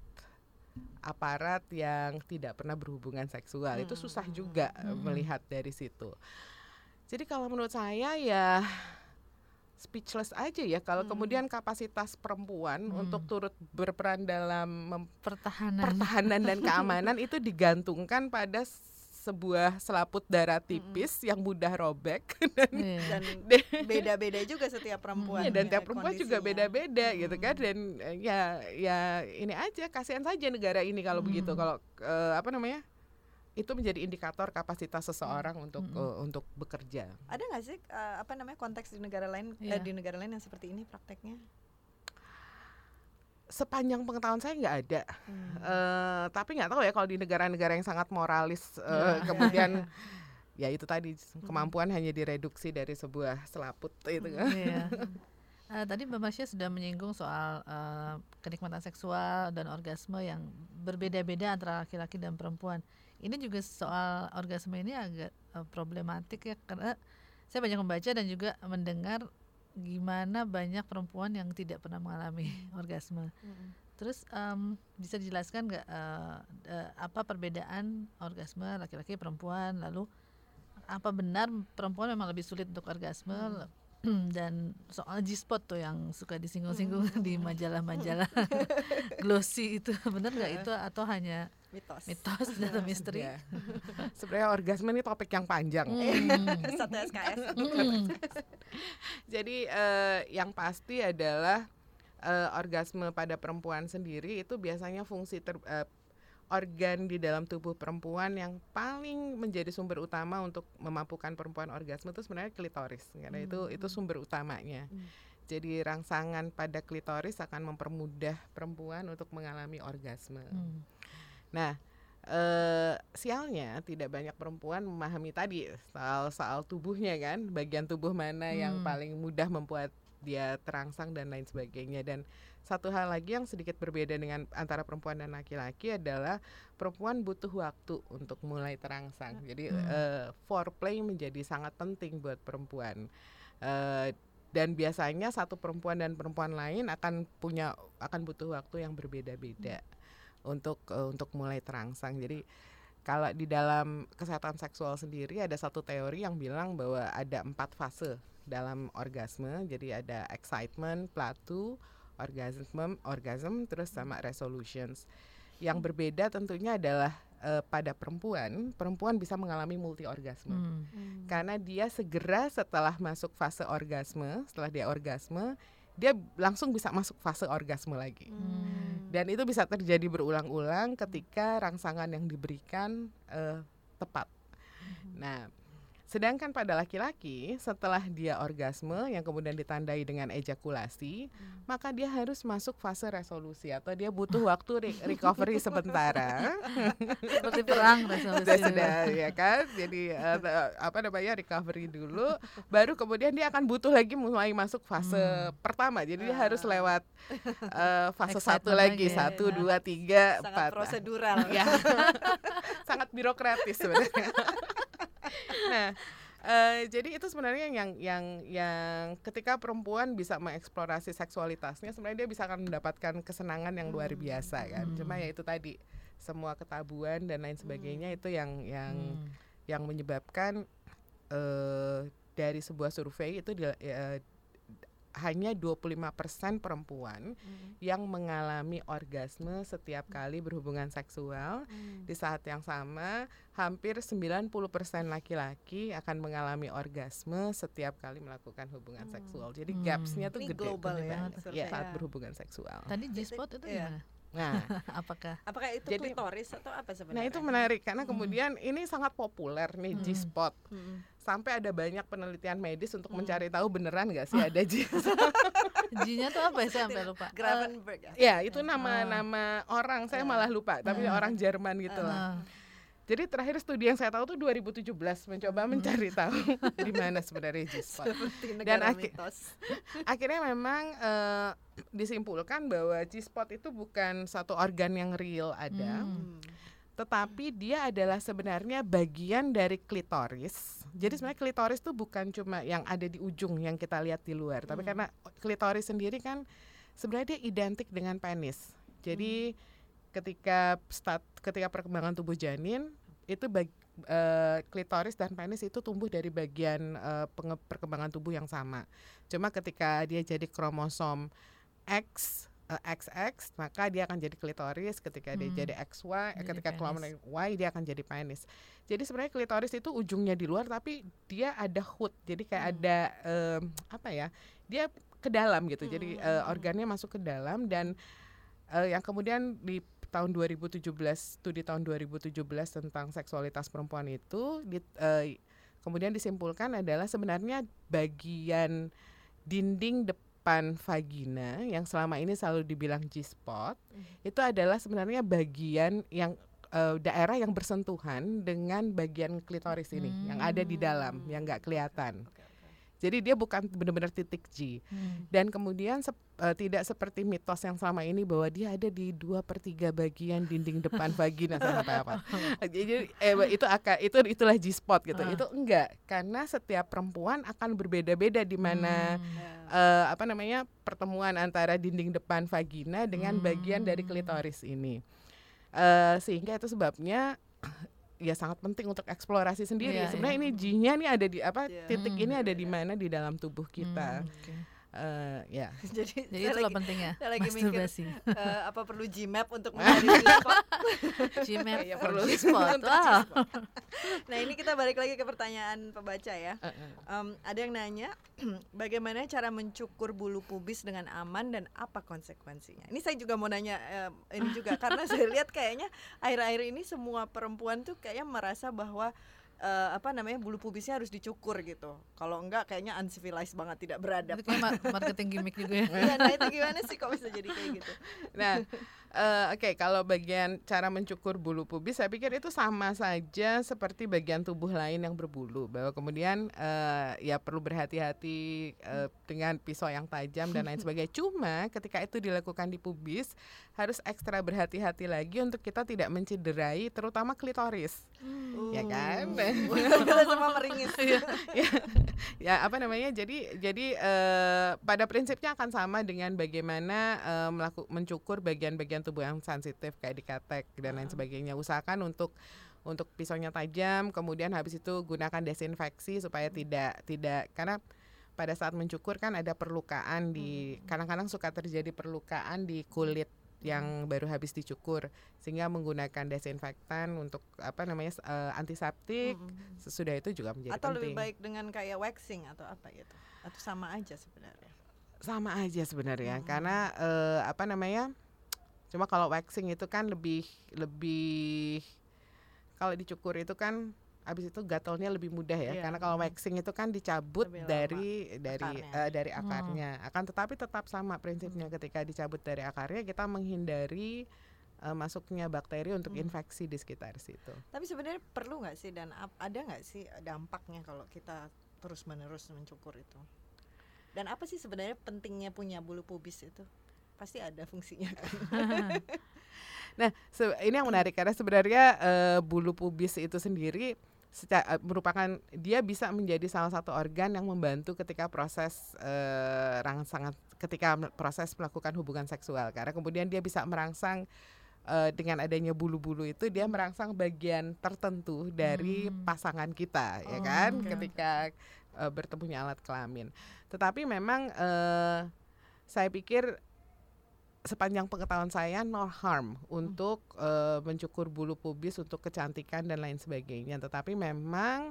D: aparat yang tidak pernah berhubungan seksual. Itu
C: Hmm.
D: susah juga eh,
B: Hmm.
D: melihat dari situ. Jadi kalau menurut saya ya speechless aja ya kalau
C: Hmm.
D: kemudian kapasitas perempuan
B: Hmm.
D: untuk turut berperan dalam mem-
B: Pertahanan.
D: pertahanan dan keamanan itu digantungkan pada sebuah selaput darah tipis yang mudah robek dan
B: Iya.
C: Dan beda-beda juga setiap perempuan.
D: Iya, dan
C: ya,
D: tiap perempuan juga
C: kondisinya.
D: beda-beda
C: Hmm.
D: gitu kan dan eh, ya ya ini aja kasihan saja negara ini kalau
B: Hmm.
D: begitu kalau eh, apa namanya itu menjadi indikator kapasitas seseorang untuk
B: Hmm.
D: eh, untuk bekerja.
C: Ada nggak sih eh, apa namanya konteks di negara lain
B: Iya.
C: eh, di negara lain yang seperti ini prakteknya?
D: Sepanjang pengetahuan saya nggak ada.
C: Hmm.
D: Eh, tapi nggak tahu ya kalau di negara-negara yang sangat moralis eh,
B: Iya.
D: kemudian ya itu tadi kemampuan hanya direduksi dari sebuah selaput itu kan.
B: Iya. Eh, tadi Mbak Marsya sudah menyinggung soal eh, kenikmatan seksual dan orgasme yang berbeda-beda antara laki-laki dan perempuan. Ini juga soal orgasme ini agak eh, problematik ya karena saya banyak membaca dan juga mendengar gimana banyak perempuan yang tidak pernah mengalami orgasme.
C: Hmm.
B: Terus em, bisa dijelaskan nggak eh, eh, apa perbedaan orgasme laki-laki perempuan, lalu apa benar perempuan memang lebih sulit untuk orgasme dan soal G-spot tuh yang suka disinggung-singgung di majalah-majalah glossy itu benar nggak itu atau hanya
C: Mitos.
B: mitos atau misteri?
D: Ya. Sebenarnya orgasme ini topik yang panjang.
B: Hmm.
C: Satu S K S.
B: Hmm.
D: Jadi eh, yang pasti adalah eh, orgasme pada perempuan sendiri itu biasanya fungsi ter, eh, organ di dalam tubuh perempuan yang paling menjadi sumber utama untuk memampukan perempuan orgasme itu sebenarnya klitoris karena itu itu sumber utamanya.
C: Hmm.
D: Jadi rangsangan pada klitoris akan mempermudah perempuan untuk mengalami orgasme.
B: Hmm.
D: Nah, eh, sialnya tidak banyak perempuan memahami tadi soal soal tubuhnya kan, bagian tubuh mana yang
B: Hmm.
D: paling mudah membuat dia terangsang dan lain sebagainya. Dan satu hal lagi yang sedikit berbeda dengan antara perempuan dan laki-laki adalah perempuan butuh waktu untuk mulai terangsang. Jadi
B: Hmm.
D: eh, foreplay menjadi sangat penting buat perempuan. Eh, dan biasanya satu perempuan dan perempuan lain akan punya akan butuh waktu yang berbeda-beda untuk uh, untuk mulai terangsang. Jadi kalau di dalam kesehatan seksual sendiri ada satu teori yang bilang bahwa ada empat fase dalam orgasme. Jadi ada excitement, plateau, orgasm, orgasm, terus sama resolutions. Yang berbeda tentunya adalah uh, pada perempuan, perempuan bisa mengalami multi orgasme.
B: Hmm.
D: Karena dia segera setelah masuk fase orgasme, setelah dia orgasme, dia langsung bisa masuk fase orgasme lagi.
B: Hmm.
D: Dan itu bisa terjadi berulang-ulang ketika rangsangan yang diberikan eh, tepat. Nah, Sedangkan pada laki-laki setelah dia orgasme yang kemudian ditandai dengan ejakulasi, hmm. maka dia harus masuk fase resolusi atau dia butuh waktu re- recovery sementara.
B: Seperti perang resolusi.
D: Sudah, sudah ya kan. Jadi uh, apa namanya recovery dulu, baru kemudian dia akan butuh lagi mulai masuk fase hmm. pertama. Jadi dia harus lewat uh, fase satu lagi, ya. satu, ya. dua, tiga,
C: sangat
D: empat.
C: Prosedural.
D: Ya. Sangat birokratis sebenarnya. Nah, uh, jadi itu sebenarnya yang yang yang ketika perempuan bisa mengeksplorasi seksualitasnya, sebenarnya dia bisa akan mendapatkan kesenangan yang luar biasa kan. Hmm. Cuma ya itu tadi semua ketabuan dan lain sebagainya hmm. itu yang yang hmm. yang menyebabkan uh, dari sebuah survei itu di, uh, hanya dua puluh lima persen perempuan hmm. yang mengalami orgasme setiap kali berhubungan seksual. Hmm. Di saat yang sama, hampir sembilan puluh persen laki-laki akan mengalami orgasme setiap kali melakukan hubungan hmm. seksual. Jadi hmm. gapsnya tuh
C: ini
D: gede
C: global ya,
D: ya saat berhubungan seksual.
B: Tadi G-spot itu gimana?
D: Nah,
B: apakah
C: apakah itu jadi, klitoris atau apa sebenarnya?
D: Nah, itu menarik karena kemudian hmm. ini sangat populer nih hmm. G-spot. Hmm. Sampai ada banyak penelitian medis untuk hmm. mencari tahu beneran nggak sih ada G-spot.
B: G-nya tuh apa ya? Saya sampai lupa.
C: Gravenberg.
D: Uh, ya, itu nama-nama uh. orang, saya uh. malah lupa, tapi uh. orang Jerman gitu uh. lah. Jadi terakhir studi yang saya tahu tuh dua ribu tujuh belas mencoba mencari tahu di mana sebenarnya G-spot. Dan akhi- akhirnya memang uh, disimpulkan bahwa G-spot itu bukan satu organ yang real ada, hmm. tetapi dia adalah sebenarnya bagian dari klitoris. Jadi sebenarnya klitoris itu bukan cuma yang ada di ujung yang kita lihat di luar, hmm. tapi karena klitoris sendiri kan sebenarnya dia identik dengan penis. Jadi hmm. ketika stat, ketika perkembangan tubuh janin itu bag, uh, klitoris dan penis itu tumbuh dari bagian uh, penge- perkembangan tubuh yang sama. Cuma ketika dia jadi kromosom X uh, X X maka dia akan jadi klitoris, ketika hmm. dia jadi X Y jadi ketika kromosom Y dia akan jadi penis. Jadi sebenarnya klitoris itu ujungnya di luar tapi dia ada hood. Jadi kayak hmm. ada um, apa ya? Dia ke dalam gitu. Hmm. Jadi uh, organnya masuk ke dalam dan uh, yang kemudian di tahun dua ribu tujuh belas, studi tahun dua ribu tujuh belas tentang seksualitas perempuan itu di, uh, kemudian disimpulkan adalah sebenarnya bagian dinding depan vagina yang selama ini selalu dibilang G-spot mm. itu adalah sebenarnya bagian yang uh, daerah yang bersentuhan dengan bagian klitoris ini mm. yang ada di dalam yang nggak kelihatan. Okay. Jadi dia bukan benar-benar titik G. Hmm. Dan kemudian sep, uh, tidak seperti mitos yang selama ini bahwa dia ada di dua per tiga bagian dinding depan vagina sampai apa. Jadi eh, itu akan itu itulah G-spot gitu. Uh. Itu enggak, karena setiap perempuan akan berbeda-beda di mana hmm. uh, apa namanya pertemuan antara dinding depan vagina dengan hmm. bagian dari klitoris ini. Uh, sehingga itu sebabnya ya sangat penting untuk eksplorasi sendiri. Yeah, sebenarnya yeah. ini G-nya nih ada di apa yeah. titik hmm. ini ada di mana di dalam tubuh kita. Hmm, okay. uh, ya.
B: Jadi, Jadi itulah pentingnya.
C: Saya lagi mikir uh, apa perlu G-map untuk mencari G-spot.
B: G-map
D: ya, perlu
B: G-spot. Wow.
C: Nah ini kita balik lagi ke pertanyaan pembaca ya. Um, ada yang nanya bagaimana cara mencukur bulu pubis dengan aman dan apa konsekuensinya. Ini saya juga mau nanya um, ini juga karena saya lihat kayaknya akhir-akhir ini semua perempuan tuh kayaknya merasa bahwa uh, apa namanya bulu pubisnya harus dicukur gitu. Kalau enggak kayaknya uncivilized banget, tidak beradab.
B: Itu kayak marketing gimmick juga ya.
C: Ya, nah itu gimana sih kok bisa jadi kayak gitu?
D: Nah, uh, oke okay, kalau bagian cara mencukur bulu pubis saya pikir itu sama saja seperti bagian tubuh lain yang berbulu, bahwa kemudian uh, ya perlu berhati-hati uh, dengan pisau yang tajam dan lain sebagainya. Cuma ketika itu dilakukan di pubis harus ekstra berhati-hati lagi untuk kita tidak mencederai terutama klitoris. Hmm. Ya kan?
C: Kita semua meringis.
D: ya, ya, ya apa namanya? Jadi jadi uh, pada prinsipnya akan sama dengan bagaimana uh, melakukan mencukur bagian-bagian tubuh yang sensitif kayak dikatek dan lain sebagainya. Usahakan untuk untuk pisaunya tajam, kemudian habis itu gunakan desinfeksi supaya tidak tidak karena pada saat mencukur kan ada perlukaan di kadang-kadang suka terjadi perlukaan di kulit yang baru habis dicukur, sehingga menggunakan desinfektan untuk apa namanya uh, antiseptik mm-hmm. sesudah itu juga menjadi
C: atau
D: penting. Atau
C: lebih baik dengan kayak waxing atau apa gitu? Atau sama aja sebenarnya?
D: Sama aja sebenarnya, mm-hmm. karena uh, apa namanya? Cuma kalau waxing itu kan lebih lebih kalau dicukur itu kan habis itu gatalnya lebih mudah ya,
C: Iya.
D: karena kalau waxing itu kan dicabut
C: Lebih lama
D: dari dari
C: akarnya.
D: eh, dari akarnya. Akan tetapi tetap sama prinsipnya, ketika dicabut dari akarnya kita menghindari eh, masuknya bakteri untuk
C: Hmm.
D: infeksi di sekitar situ.
C: Tapi sebenarnya perlu nggak sih dan ap- ada nggak sih dampaknya kalau kita terus menerus mencukur itu? Dan apa sih sebenarnya pentingnya punya bulu pubis itu? Pasti ada fungsinya kan?
D: Nah, se- ini yang menarik karena sebenarnya eh, bulu pubis itu sendiri seca- eh, merupakan, dia bisa menjadi salah satu organ yang membantu ketika proses eh, rangsangan, ketika me- proses melakukan hubungan seksual, karena kemudian dia bisa merangsang eh, dengan adanya bulu-bulu itu, dia merangsang bagian tertentu dari
B: Hmm.
D: pasangan kita, ya
C: Oh,
D: kan,
C: oke.
D: ketika eh, bertemunya alat kelamin. Tetapi memang eh, saya pikir sepanjang pengetahuan saya no harm untuk eh, mencukur bulu pubis untuk kecantikan dan lain sebagainya. Tetapi memang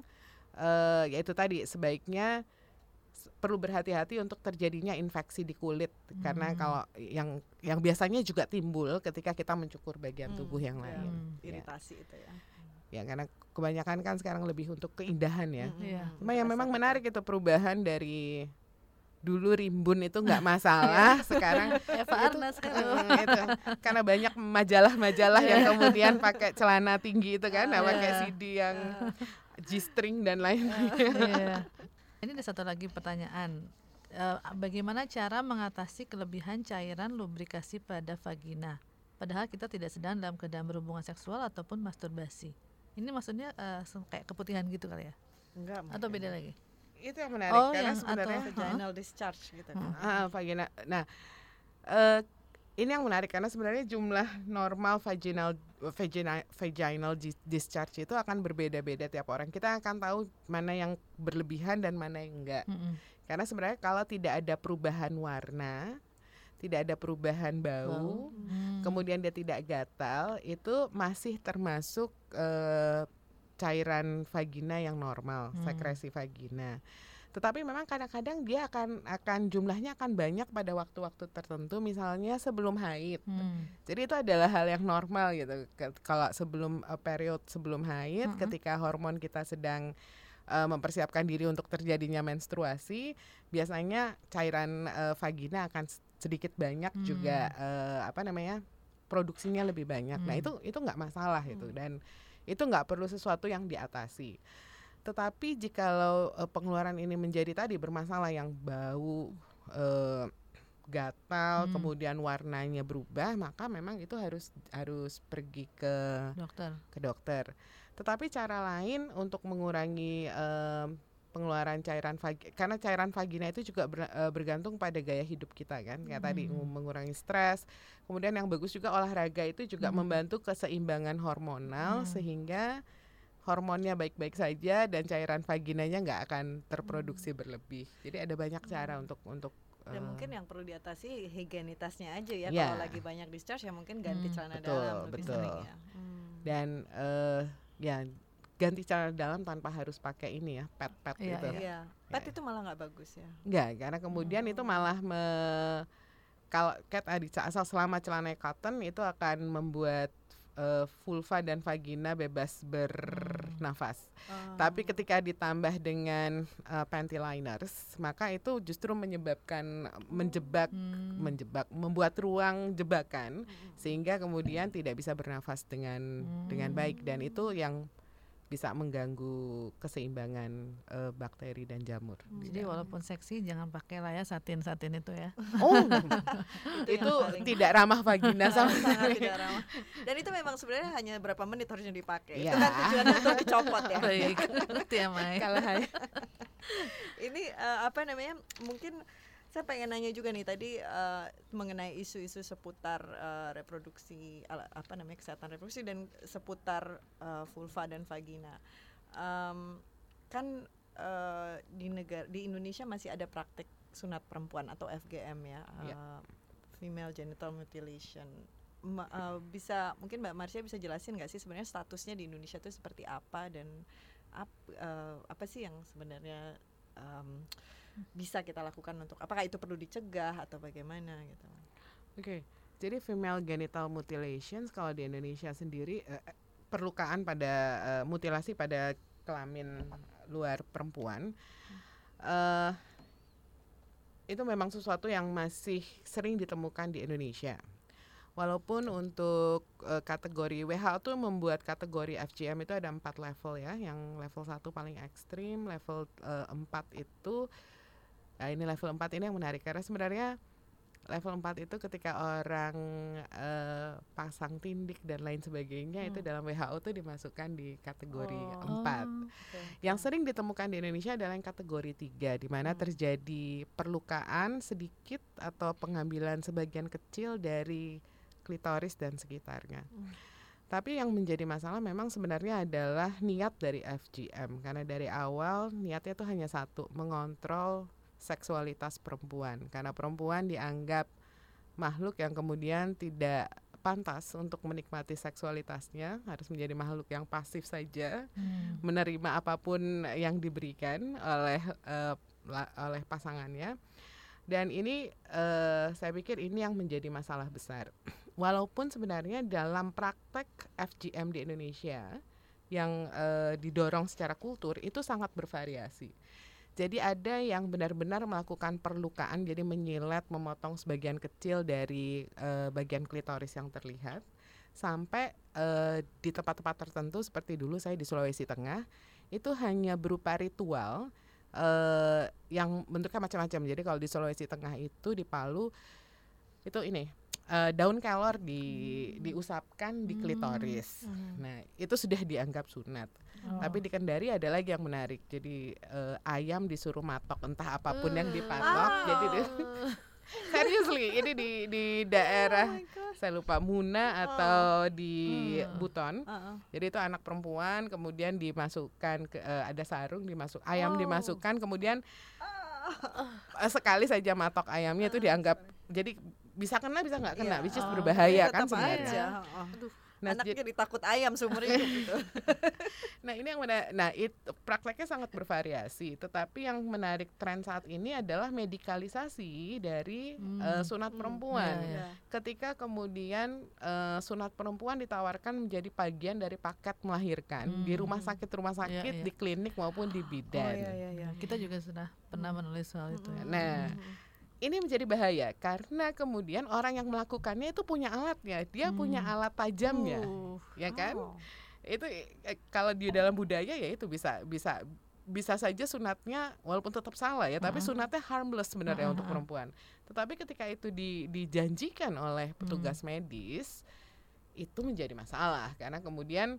D: eh, ya itu tadi, sebaiknya s- perlu berhati-hati untuk terjadinya infeksi di kulit, karena
B: Hmm.
D: kalau yang yang biasanya juga timbul ketika kita mencukur bagian
C: Hmm,
D: tubuh yang
C: ya,
D: lain. Ya,
C: iritasi itu ya.
D: ya karena kebanyakan kan sekarang lebih untuk keindahan ya.
C: Mm-mm.
B: Iya.
D: Cuma yang memang
C: Estetika.
D: menarik itu perubahan dari dulu rimbun itu nggak masalah, sekarang
B: Eva
D: itu,
B: Arnas kan.
D: eh, itu karena banyak majalah-majalah yang kemudian pakai celana tinggi itu kan, nah, pakai
B: Iya.
D: C D yang G-string dan lain-lain.
B: Iya. Ini ada satu lagi pertanyaan. Eh, bagaimana cara mengatasi kelebihan cairan lubrikasi pada vagina? Padahal kita tidak sedang dalam keadaan berhubungan seksual ataupun masturbasi. Ini maksudnya eh, se- kayak keputihan gitu kali ya?
C: Enggak.
B: Atau
C: mungkin.
B: beda lagi?
D: Itu yang menarik
B: Oh,
D: karena
B: yang-
D: sebenarnya
B: atau-
C: Vaginal discharge gitu kan.
D: ah, vagina. Nah, eh, ini yang menarik karena sebenarnya jumlah normal vaginal vaginal vaginal dis- discharge itu akan berbeda-beda tiap orang. Kita akan tahu mana yang berlebihan dan mana yang enggak.
B: Mm-mm.
D: Karena sebenarnya kalau tidak ada perubahan warna, tidak ada perubahan bau,
B: Hmm.
D: kemudian dia tidak gatal, itu masih termasuk eh, cairan vagina yang normal,
B: Hmm.
D: sekresi vagina. Tetapi memang kadang-kadang dia akan akan jumlahnya akan banyak pada waktu-waktu tertentu, misalnya sebelum haid.
B: Hmm.
D: Jadi itu adalah hal yang normal gitu. Ke- Kalau sebelum uh, period sebelum haid,
B: Mm-mm.
D: ketika hormon kita sedang uh, mempersiapkan diri untuk terjadinya menstruasi, biasanya cairan uh, vagina akan s- sedikit banyak
B: Hmm.
D: juga uh, apa namanya produksinya lebih banyak. Nah
B: Hmm.
D: itu itu nggak masalah itu, dan itu nggak perlu sesuatu yang diatasi. Tetapi jikalau uh, pengeluaran ini menjadi tadi bermasalah, yang bau, uh, gatal,
B: Hmm.
D: kemudian warnanya berubah, maka memang itu harus harus pergi ke
B: Dokter.
D: ke dokter. Tetapi cara lain untuk mengurangi em, pengeluaran cairan vagina, karena cairan vagina itu juga ber- eh, bergantung pada gaya hidup kita kan, kayak tadi
B: Hmm.
D: mengurangi stres. Kemudian yang bagus juga olahraga itu juga
B: Hmm.
D: membantu keseimbangan hormonal,
B: Hmm.
D: sehingga hormonnya baik-baik saja dan cairan vaginanya nggak akan terproduksi berlebih. Jadi ada banyak cara untuk untuk
C: Dan
D: eh,
C: mungkin yang perlu diatasi higienitasnya aja ya.
D: Ya.
C: Kalau lagi banyak discharge ya mungkin ganti
B: Hmm.
C: celana
D: Betul,
C: dalam lebih
D: betul.
C: sering ya. Hmm.
D: dan eh, ya ganti celana dalam tanpa harus pakai ini ya pad-pad
B: Iya,
D: itu.
C: Iya, pad
D: Ya.
C: itu malah nggak bagus ya.
D: Enggak, karena kemudian itu malah me, kalau kayak tadi asal selama celana cotton itu akan membuat eh, vulva dan vagina bebas bernafas.
C: Oh.
D: Tapi ketika ditambah dengan eh, panty liners, maka itu justru menyebabkan menjebak
B: Hmm.
D: menjebak membuat ruang jebakan,
C: Mm-mm.
D: sehingga kemudian tidak bisa bernafas dengan
B: Hmm.
D: dengan baik, dan itu yang bisa mengganggu keseimbangan eh, bakteri dan jamur. di
B: Jadi
D: dalam.
B: walaupun seksi jangan pakai lah ya satin-satin itu ya.
D: Oh,
C: Itu
D: itu
C: yang paling-
D: tidak ramah vagina sama
C: sangat
D: sekali.
C: tidak ramah. Dan itu memang sebenarnya hanya berapa menit harusnya dipakai.
D: Iya.
C: Itu kan tujuannya untuk dicopot ya.
B: Baik, ngerti ya Mai.
D: Kalau hai-
C: Ini eh, apa namanya? Mungkin saya pengen nanya juga nih tadi eh, mengenai isu-isu seputar eh, reproduksi ala- apa namanya kesehatan reproduksi dan seputar eh, vulva dan vagina. Em, kan eh, di negara di Indonesia masih ada praktik sunat perempuan atau F G M ya,
D: Ya.
C: eh, female genital mutilation. Ma- eh, bisa mungkin Mbak Marsha bisa jelasin nggak sih sebenarnya statusnya di Indonesia itu seperti apa dan ap, eh, apa sih yang sebenarnya em, bisa kita lakukan untuk apakah itu perlu dicegah atau bagaimana gitu.
D: Oke, jadi female genital mutilations kalau di Indonesia sendiri eh, perlukaan pada eh, mutilasi pada kelamin luar perempuan, uh, itu memang sesuatu yang masih sering ditemukan di Indonesia. Walaupun untuk uh, kategori W H O tuh membuat kategori F G M itu ada empat level ya, yang level satu paling ekstrim, level uh, empat itu, nah ini level empat ini yang menarik karena sebenarnya level empat itu ketika orang uh, pasang tindik dan lain sebagainya hmm. itu dalam W H O tuh dimasukkan di kategori
C: Oh.
D: empat.
B: Oh.
C: Oke.
D: Yang sering ditemukan di Indonesia adalah yang kategori tiga, di mana
C: Hmm.
D: terjadi perlukaan sedikit atau pengambilan sebagian kecil dari klitoris dan sekitarnya.
C: Hmm.
D: Tapi yang menjadi masalah memang sebenarnya adalah niat dari F G M, karena dari awal niatnya itu hanya satu, mengontrol seksualitas perempuan, karena perempuan dianggap makhluk yang kemudian tidak pantas untuk menikmati seksualitasnya, harus menjadi makhluk yang pasif saja,
B: Hmm.
D: menerima apapun yang diberikan oleh uh, la- oleh pasangannya. Dan ini uh, saya pikir ini yang menjadi masalah besar. Walaupun sebenarnya dalam praktek F G M di Indonesia yang uh, didorong secara kultur itu sangat bervariasi. Jadi ada yang benar-benar melakukan perlukaan, jadi menyilet, memotong sebagian kecil dari uh, bagian klitoris yang terlihat, sampai uh, di tempat-tempat tertentu seperti dulu saya di Sulawesi Tengah itu hanya berupa ritual uh, yang bentuknya macam-macam. Jadi kalau di Sulawesi Tengah itu di Palu itu ini uh, daun kelor di hmm. diusapkan di klitoris.
C: Hmm.
D: Nah itu sudah dianggap sunat.
B: Oh.
D: Tapi di Kendari ada lagi yang menarik. Jadi uh, ayam disuruh matok entah apapun yang dipatok.
C: Ah.
D: Jadi di, seriously ini di di daerah saya lupa Muna atau di
B: Hmm.
D: Buton.
C: Uh-uh.
D: Jadi itu anak perempuan kemudian dimasukkan ke uh, ada sarung dimasuk ayam
C: Oh.
D: dimasukkan kemudian uh, sekali saja matok ayamnya itu dianggap jadi bisa kena bisa nggak kena,
C: Iya.
D: which is
B: Oh.
D: berbahaya
C: Tetap
D: kan sebenarnya.
C: aja, uh-uh.
B: Aduh.
D: Nah,
C: Anaknya ditakut ayam seumur hidup gitu.
D: Nah ini yang menarik, nah itu prakteknya sangat bervariasi. Tetapi yang menarik tren saat ini adalah medikalisasi dari
B: Hmm.
D: uh, sunat
C: Hmm.
D: perempuan.
B: Ya, ya.
D: Ketika kemudian uh, sunat perempuan ditawarkan menjadi bagian dari paket melahirkan
B: Hmm.
D: di rumah sakit rumah sakit,
B: Ya, ya.
D: di klinik maupun di
C: Oh
D: bidan.
C: iya iya iya.
B: Kita juga sudah pernah menulis soal itu. Ya.
D: Nah, ini menjadi bahaya karena kemudian orang yang melakukannya itu punya alatnya, dia
B: Hmm.
D: punya alat tajamnya,
B: Uh.
D: ya kan?
C: Oh.
D: Itu eh, kalau di dalam budaya ya itu bisa bisa bisa saja sunatnya walaupun tetap salah ya, tapi
B: Uh-huh.
D: sunatnya harmless sebenarnya
B: Uh-huh.
D: untuk perempuan. Tetapi ketika itu di, dijanjikan oleh petugas medis itu menjadi masalah karena kemudian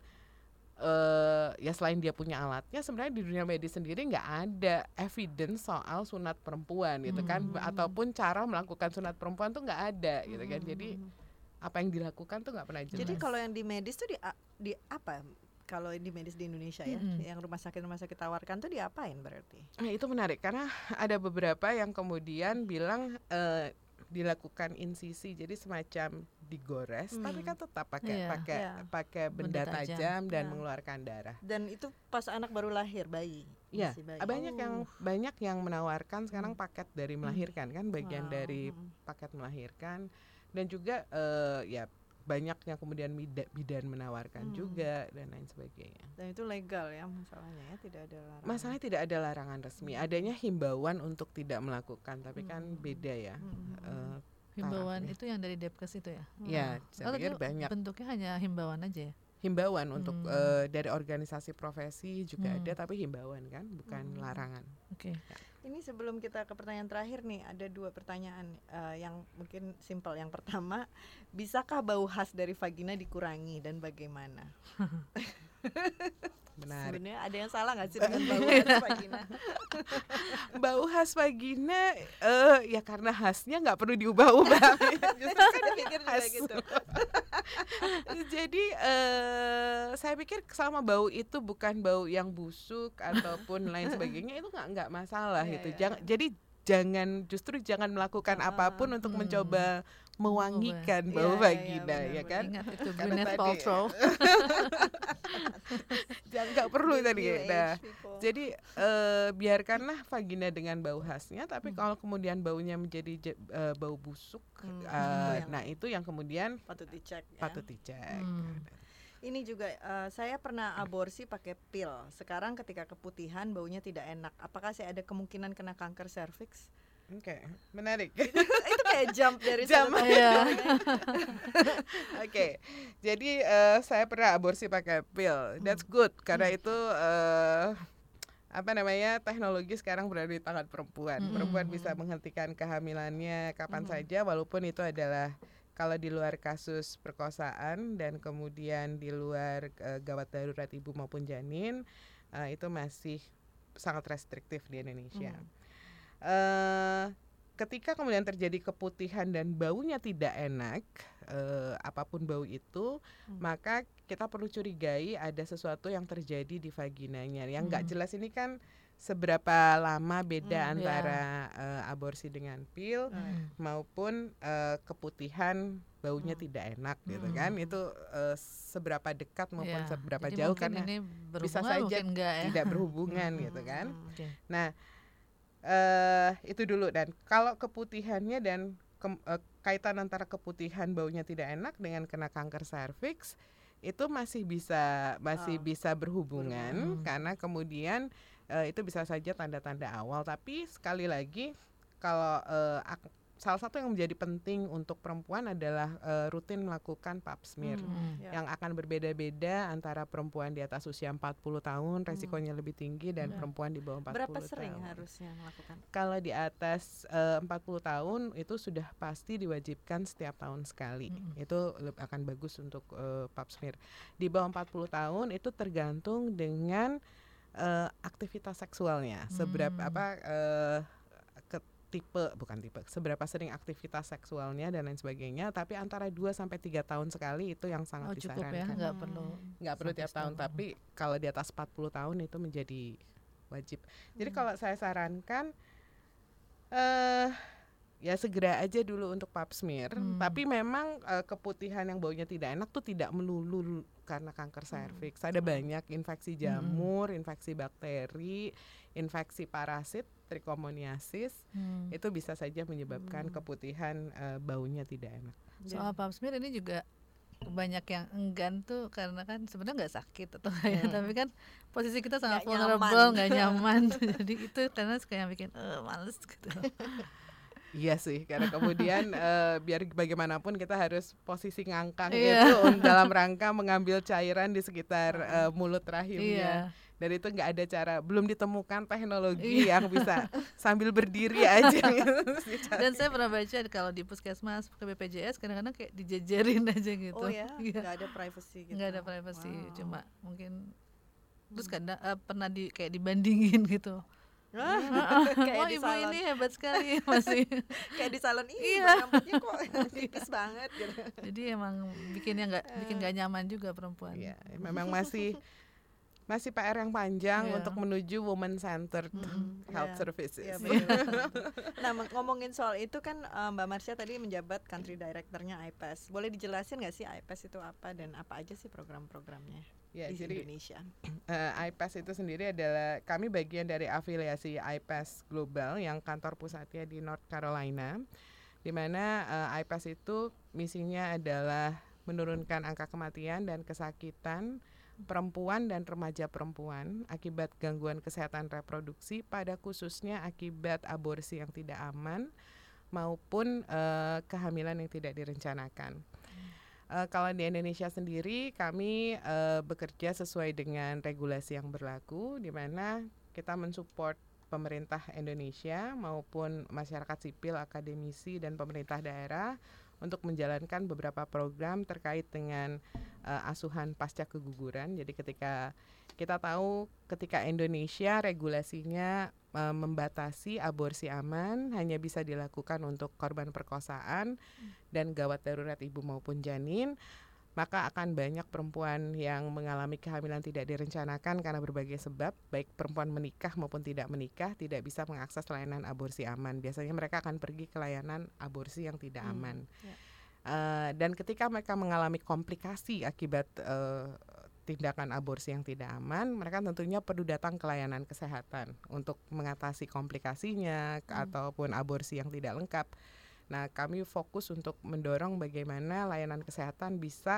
D: Uh, ya selain dia punya alatnya sebenarnya di dunia medis sendiri nggak ada evidence soal sunat perempuan gitu kan,
C: Hmm.
D: ataupun cara melakukan sunat perempuan tuh nggak ada gitu kan. Jadi apa yang dilakukan tuh nggak pernah jelas.
C: Jadi kalau yang di medis tuh di, di apa? Kalau di medis di Indonesia ya,
B: Mm-mm.
C: yang rumah sakit rumah sakit tawarkan tuh diapain berarti?
D: Nah, itu menarik karena ada beberapa yang kemudian bilang eh, dilakukan insisi, jadi semacam digores,
C: Hmm.
D: tapi kan tetap pakai
B: Iya.
D: pakai
C: Iya.
D: pakai benda,
B: Benda
D: tajam,
B: tajam.
D: dan
C: Iya.
D: mengeluarkan darah.
C: Dan itu pas anak baru lahir bayi.
D: Iya,
C: masih bayi.
D: banyak yang
C: Oh.
D: banyak yang menawarkan sekarang paket dari melahirkan kan, bagian
C: Wow.
D: dari
C: Mm-mm.
D: paket melahirkan, dan juga eh, ya banyak yang kemudian bida- bidan menawarkan
C: Hmm.
D: juga dan lain sebagainya.
C: Dan itu legal ya masalahnya ya, tidak ada larangan.
D: Masalahnya tidak ada larangan resmi, adanya himbauan untuk tidak melakukan, tapi kan
C: Hmm.
D: beda ya.
C: Hmm.
D: Eh,
B: Himbauan
D: tarafnya.
B: itu yang dari Depkes itu ya?
D: Ya, saya
B: Oh,
D: pikir
B: itu
D: banyak
B: bentuknya hanya himbauan aja ya?
D: himbauan untuk
B: Hmm.
D: eh, dari organisasi profesi juga
B: Hmm.
D: ada, tapi himbauan kan, bukan
C: Hmm.
D: larangan.
B: Oke.
C: Ini sebelum kita ke pertanyaan terakhir nih, ada dua pertanyaan eh, yang mungkin simpel. Yang pertama, bisakah bau khas dari vagina dikurangi dan bagaimana?
D: Menarik.
C: Sebenarnya ada yang salah nggak sih dengan bau khas vagina?
D: Bau khas vagina, eh ya karena khasnya nggak perlu diubah-ubah. Justru
C: Saya pikir juga
D: khas.
C: gitu.
D: Jadi eh saya pikir selama bau itu bukan bau yang busuk ataupun lain sebagainya, itu nggak nggak masalah
C: Iya,
D: gitu.
C: iya.
D: Jangan, jadi jangan justru jangan melakukan
C: Ah,
D: apapun untuk
B: hmm.
D: mencoba mewangikan
C: Iya,
D: bau
C: iya, iya,
D: vagina,
C: benar,
D: ya kan?
B: Ingat itu
D: Karena
B: Gwyneth
D: tadi-
B: Paltrow.
D: Jangan nggak perlu tadi.
C: New age
D: Nah,
C: people.
D: jadi eh, biarkanlah vagina dengan bau khasnya, tapi
B: Hmm.
D: kalau kemudian baunya menjadi je- eh, bau busuk,
C: Hmm,
D: eh,
C: itu yang
D: nah itu yang kemudian
C: patut dicek ya.
D: patut dicek.
B: Hmm.
C: Ini juga uh, saya pernah aborsi pakai pil. Sekarang ketika keputihan baunya tidak enak. Apakah saya ada kemungkinan kena kanker serviks?
D: Oke, okay, menarik.
C: itu, itu kayak jump dari
D: jump.
C: satu
B: Iya.
D: Oke, okay. Jadi uh, saya pernah aborsi pakai pil. That's good karena itu uh, apa namanya teknologi sekarang berada di tangan perempuan.
B: Mm-hmm.
D: Perempuan bisa menghentikan kehamilannya kapan
C: Mm-hmm.
D: saja, walaupun itu adalah kalau di luar kasus perkosaan dan kemudian di luar uh, gawat darurat ibu maupun janin, uh, itu masih sangat restriktif di Indonesia. Mm-hmm. Uh, ketika kemudian terjadi keputihan dan baunya tidak enak, uh, apapun bau itu, hmm. maka kita perlu curigai ada sesuatu yang terjadi di vaginanya. Yang nggak hmm. jelas ini kan seberapa lama beda hmm, antara yeah. uh, aborsi dengan pil hmm. maupun uh, keputihan baunya hmm. tidak enak hmm. gitu kan. Itu uh, seberapa dekat maupun yeah. seberapa
B: Jadi
D: jauh karena
B: ini
D: bisa saja
B: enggak, ya?
D: tidak berhubungan gitu kan.
B: Okay.
D: Nah, Uh, itu dulu. Dan kalau keputihannya dan ke, uh, kaitan antara keputihan baunya tidak enak dengan kena kanker serviks itu masih bisa masih oh. bisa berhubungan hmm. karena kemudian uh, itu bisa saja tanda-tanda awal. Tapi sekali lagi kalau uh, ak- salah satu yang menjadi penting untuk perempuan adalah uh, rutin melakukan pap smear hmm, yeah. yang akan berbeda-beda antara perempuan di atas usia empat puluh tahun resikonya hmm. lebih tinggi dan yeah. perempuan di bawah empat puluh tahun.
C: Berapa sering harusnya melakukan?
D: Kalau di atas uh, empat puluh tahun itu sudah pasti diwajibkan setiap tahun sekali. Hmm. Itu akan bagus untuk uh, pap smear. Di bawah empat puluh tahun itu tergantung dengan uh, aktivitas seksualnya. Seberapa hmm. apa uh, ke tipe bukan tipe seberapa sering aktivitas seksualnya dan lain sebagainya, tapi antara dua sampai tiga tahun sekali itu yang sangat
B: oh, cukup
D: disarankan.
B: Ya, nggak perlu
D: nggak perlu tiap tahun, tapi kalau di atas empat puluh tahun itu menjadi wajib. Jadi hmm. kalau saya sarankan eh uh, ya segera aja dulu untuk pap smear. Hmm. Tapi memang uh, keputihan yang baunya tidak enak tuh tidak melulu karena kanker serviks. Hmm. Ada banyak infeksi jamur, hmm. infeksi bakteri, infeksi parasit, trichomoniasis. Hmm. Itu bisa saja menyebabkan hmm. keputihan uh, baunya tidak enak.
B: Soal pap smear ini juga banyak yang enggan tuh karena kan sebenarnya nggak sakit atau kayak hmm. tapi kan posisi kita sangat gak vulnerable, nggak nyaman. Jadi itu karena kayak bikin uh, males gitu.
D: Iya sih, karena kemudian uh, biar bagaimanapun kita harus posisi ngangkang
B: yeah.
D: itu dalam rangka mengambil cairan di sekitar uh, mulut rahimnya.
B: Yeah.
D: Dan itu nggak ada cara, belum ditemukan teknologi yeah. yang bisa sambil berdiri aja.
B: Dan saya pernah baca kalau di puskesmas ke B P J S kadang-kadang kayak dijejerin aja gitu.
C: Oh ya, nggak yeah. ada privacy gitu.
B: Nggak ada privacy, wow. cuma mungkin terus kadang uh, pernah di kayak dibandingin gitu.
C: Kayak
B: oh
C: di
B: ibu
C: salon.
B: ini hebat sekali masih
C: kayak di salon ini
B: iya.
C: rambutnya kok tipis banget gitu.
B: Jadi emang bikinnya nggak bikin nggak nyaman juga perempuan.
D: Iya, memang masih masih P R yang panjang yeah. untuk menuju woman centered mm-hmm. health yeah. services.
C: Yeah, betul. Nah ngomongin soal itu kan um, Mbak Marsha tadi menjabat country directornya I P A S. Boleh dijelasin nggak sih I P A S itu apa dan apa aja sih program-programnya
D: ya,
C: di
D: jadi,
C: Indonesia?
D: Uh, I P A S itu sendiri adalah kami bagian dari afiliasi I P A S Global yang kantor pusatnya di North Carolina, di mana uh, I P A S itu misinya adalah menurunkan angka kematian dan kesakitan perempuan dan remaja perempuan akibat gangguan kesehatan reproduksi, pada khususnya akibat aborsi yang tidak aman maupun uh, kehamilan yang tidak direncanakan. Uh, kalau di Indonesia sendiri kami uh, bekerja sesuai dengan regulasi yang berlaku, di mana kita mensupport pemerintah Indonesia maupun masyarakat sipil, akademisi dan pemerintah daerah untuk menjalankan beberapa program terkait dengan uh, asuhan pasca keguguran. Jadi ketika kita tahu ketika Indonesia regulasinya uh, membatasi aborsi aman hanya bisa dilakukan untuk korban perkosaan hmm. dan gawat darurat ibu maupun janin, maka akan banyak perempuan yang mengalami kehamilan tidak direncanakan karena berbagai sebab, baik perempuan menikah maupun tidak menikah, tidak bisa mengakses layanan aborsi aman. Biasanya mereka akan pergi ke layanan aborsi yang tidak hmm, aman. Ya. Uh, dan ketika mereka mengalami komplikasi akibat uh, tindakan aborsi yang tidak aman, mereka tentunya perlu datang ke layanan kesehatan untuk mengatasi komplikasinya hmm. ataupun aborsi yang tidak lengkap. Nah, kami fokus untuk mendorong bagaimana layanan kesehatan bisa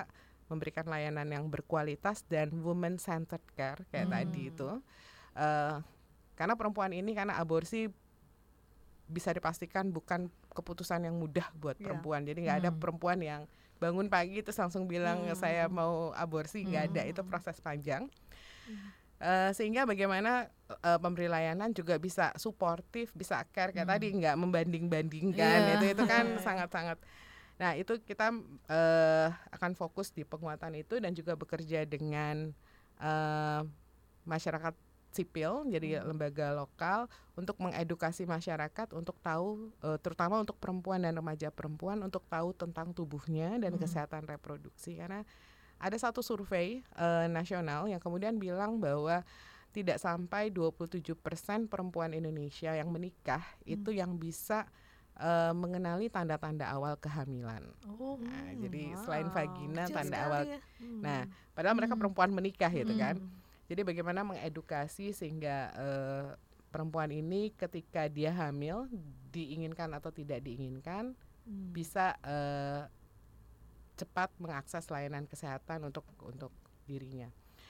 D: memberikan layanan yang berkualitas dan women centered care kayak
B: Hmm.
D: tadi itu. Uh, karena perempuan ini karena aborsi bisa dipastikan bukan keputusan yang mudah buat
C: Iya.
D: perempuan. Jadi nggak ada
B: Hmm.
D: perempuan yang bangun pagi terus langsung bilang
C: Hmm.
D: saya mau aborsi, nggak ada.
C: Hmm.
D: Itu proses panjang. Uh, sehingga bagaimana uh, pemberi layanan juga bisa suportif, bisa care kayak
B: Hmm.
D: tadi, nggak membanding-bandingkan.
B: Iya.
D: Itu itu kan sangat-sangat. Nah itu kita uh, akan fokus di penguatan itu dan juga bekerja dengan uh, masyarakat sipil, jadi lembaga lokal untuk mengedukasi masyarakat untuk tahu, uh, terutama untuk perempuan dan remaja perempuan untuk tahu tentang tubuhnya dan
B: Hmm.
D: kesehatan reproduksi. Karena ada satu survei uh, nasional yang kemudian bilang bahwa tidak sampai dua puluh tujuh persen perempuan Indonesia yang menikah itu yang bisa uh, mengenali tanda-tanda awal kehamilan.
B: Oh,
D: Nah, jadi
C: wow.
D: selain vagina,
B: kecil
D: tanda
B: sekali
D: awal.
B: ya. Hmm.
D: Nah, padahal mereka
B: Hmm.
D: perempuan menikah gitu kan.
B: Hmm.
D: Jadi bagaimana mengedukasi sehingga uh, perempuan ini ketika dia hamil, diinginkan atau tidak diinginkan,
C: Hmm.
D: bisa uh, cepat mengakses layanan kesehatan untuk untuk dirinya.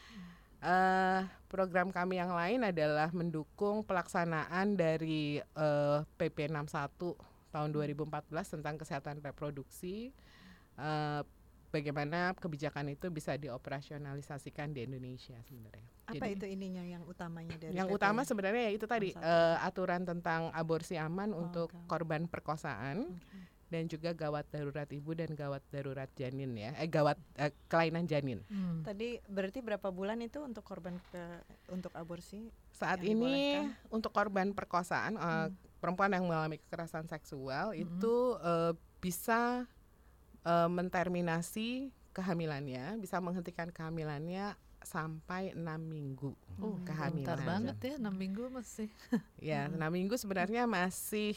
D: Uh, program kami yang lain adalah mendukung pelaksanaan dari uh, P P enam puluh satu tahun dua ribu empat belas tentang kesehatan reproduksi. Uh, bagaimana kebijakan itu bisa dioperasionalisasikan di Indonesia sebenarnya.
C: Apa
D: Jadi,
C: itu ininya yang utamanya dari
D: yang
C: P P?
D: utama sebenarnya ya itu tadi
C: Satu.
D: uh, aturan tentang aborsi aman
C: Oh,
D: untuk
C: oke.
D: korban perkosaan
C: Oke.
D: dan juga gawat darurat ibu dan gawat darurat janin ya, eh gawat eh, kelainan janin.
B: Hmm.
C: Tadi berarti berapa bulan itu untuk korban ke untuk aborsi?
D: Saat
C: Yang
D: ini
C: dibolehkan?
D: untuk korban perkosaan eh,
C: Hmm.
D: perempuan yang mengalami kekerasan seksual
B: Hmm.
D: itu eh, bisa eh, menterminasi kehamilannya, bisa menghentikan kehamilannya sampai enam minggu
B: Oh,
D: kehamilan.
B: bentar banget ya, enam minggu masih.
D: Ya, enam minggu sebenarnya masih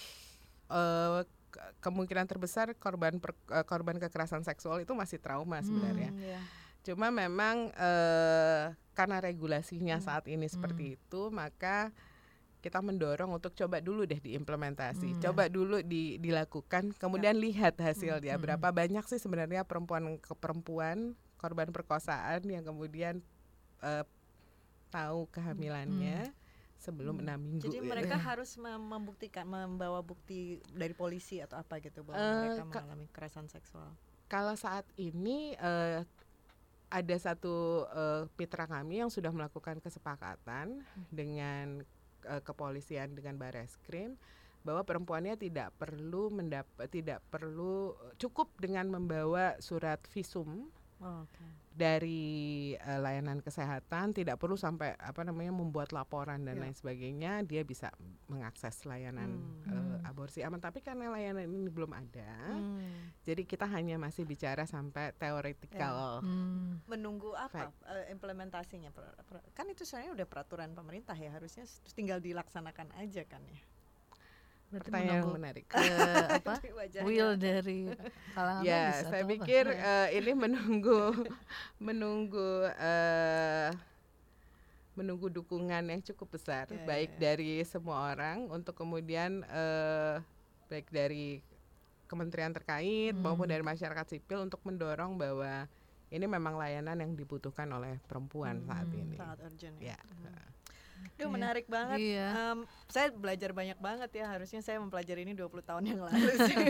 D: eh, ke- kemungkinan terbesar korban per- eh, korban kekerasan seksual itu masih trauma sebenarnya.
C: Hmm, ya.
D: Cuma memang eh, karena regulasinya
C: Hmm.
D: saat ini seperti itu, maka kita mendorong untuk coba dulu deh diimplementasi,
B: Hmm.
D: coba dulu di, dilakukan, kemudian lihat hasilnya.
B: Hmm.
D: Berapa banyak sih sebenarnya perempuan ke perempuan korban perkosaan yang kemudian eh, tahu kehamilannya sebelum
C: Hmm.
D: enam minggu.
C: Jadi
D: gitu.
C: mereka harus mem- membuktikan, membawa bukti dari polisi atau apa gitu bahwa
D: Eh,
C: mereka
D: ka-
C: mengalami kekerasan seksual.
D: Kalau saat ini eh, ada satu eh, mitra kami yang sudah melakukan kesepakatan dengan eh, kepolisian dengan Bareskrim bahwa perempuannya tidak perlu mendapat tidak perlu cukup dengan membawa surat visum
C: Oh, oke.
D: dari eh, layanan kesehatan, tidak perlu sampai apa namanya membuat laporan dan
C: Ya.
D: lain sebagainya, dia bisa mengakses layanan
C: Hmm.
D: eh, aborsi aman. Tapi karena layanan ini belum ada,
C: Hmm.
D: jadi kita hanya masih bicara sampai teoretikal.
B: Hmm.
C: Menunggu apa
D: Fact.
C: eh, implementasinya? Per- per- Kan itu sebenarnya udah peraturan pemerintah ya, harusnya s- tinggal dilaksanakan aja kan ya.
B: Berarti
D: Pertanyaan yang
B: menunggu
D: menarik.
B: eh, apa?
C: Di wajahnya.
B: Will dari kalangan
D: Ya,
B: medis
D: saya
B: atau
D: pikir
B: apa?
D: eh, ini menunggu menunggu eh, menunggu dukungan yang cukup besar,
C: Ya,
D: baik
C: ya, ya.
D: dari semua orang untuk kemudian eh, baik dari kementerian terkait
B: Hmm.
D: maupun dari masyarakat sipil untuk mendorong bahwa ini memang layanan yang dibutuhkan oleh perempuan saat
B: Hmm.
D: ini.
C: Sangat urgent ya.
D: Ya.
C: Duh,
B: Oke.
C: menarik banget.
B: Iya.
C: Em, saya belajar banyak banget ya. Harusnya saya mempelajari ini dua puluh tahun yang lalu sih.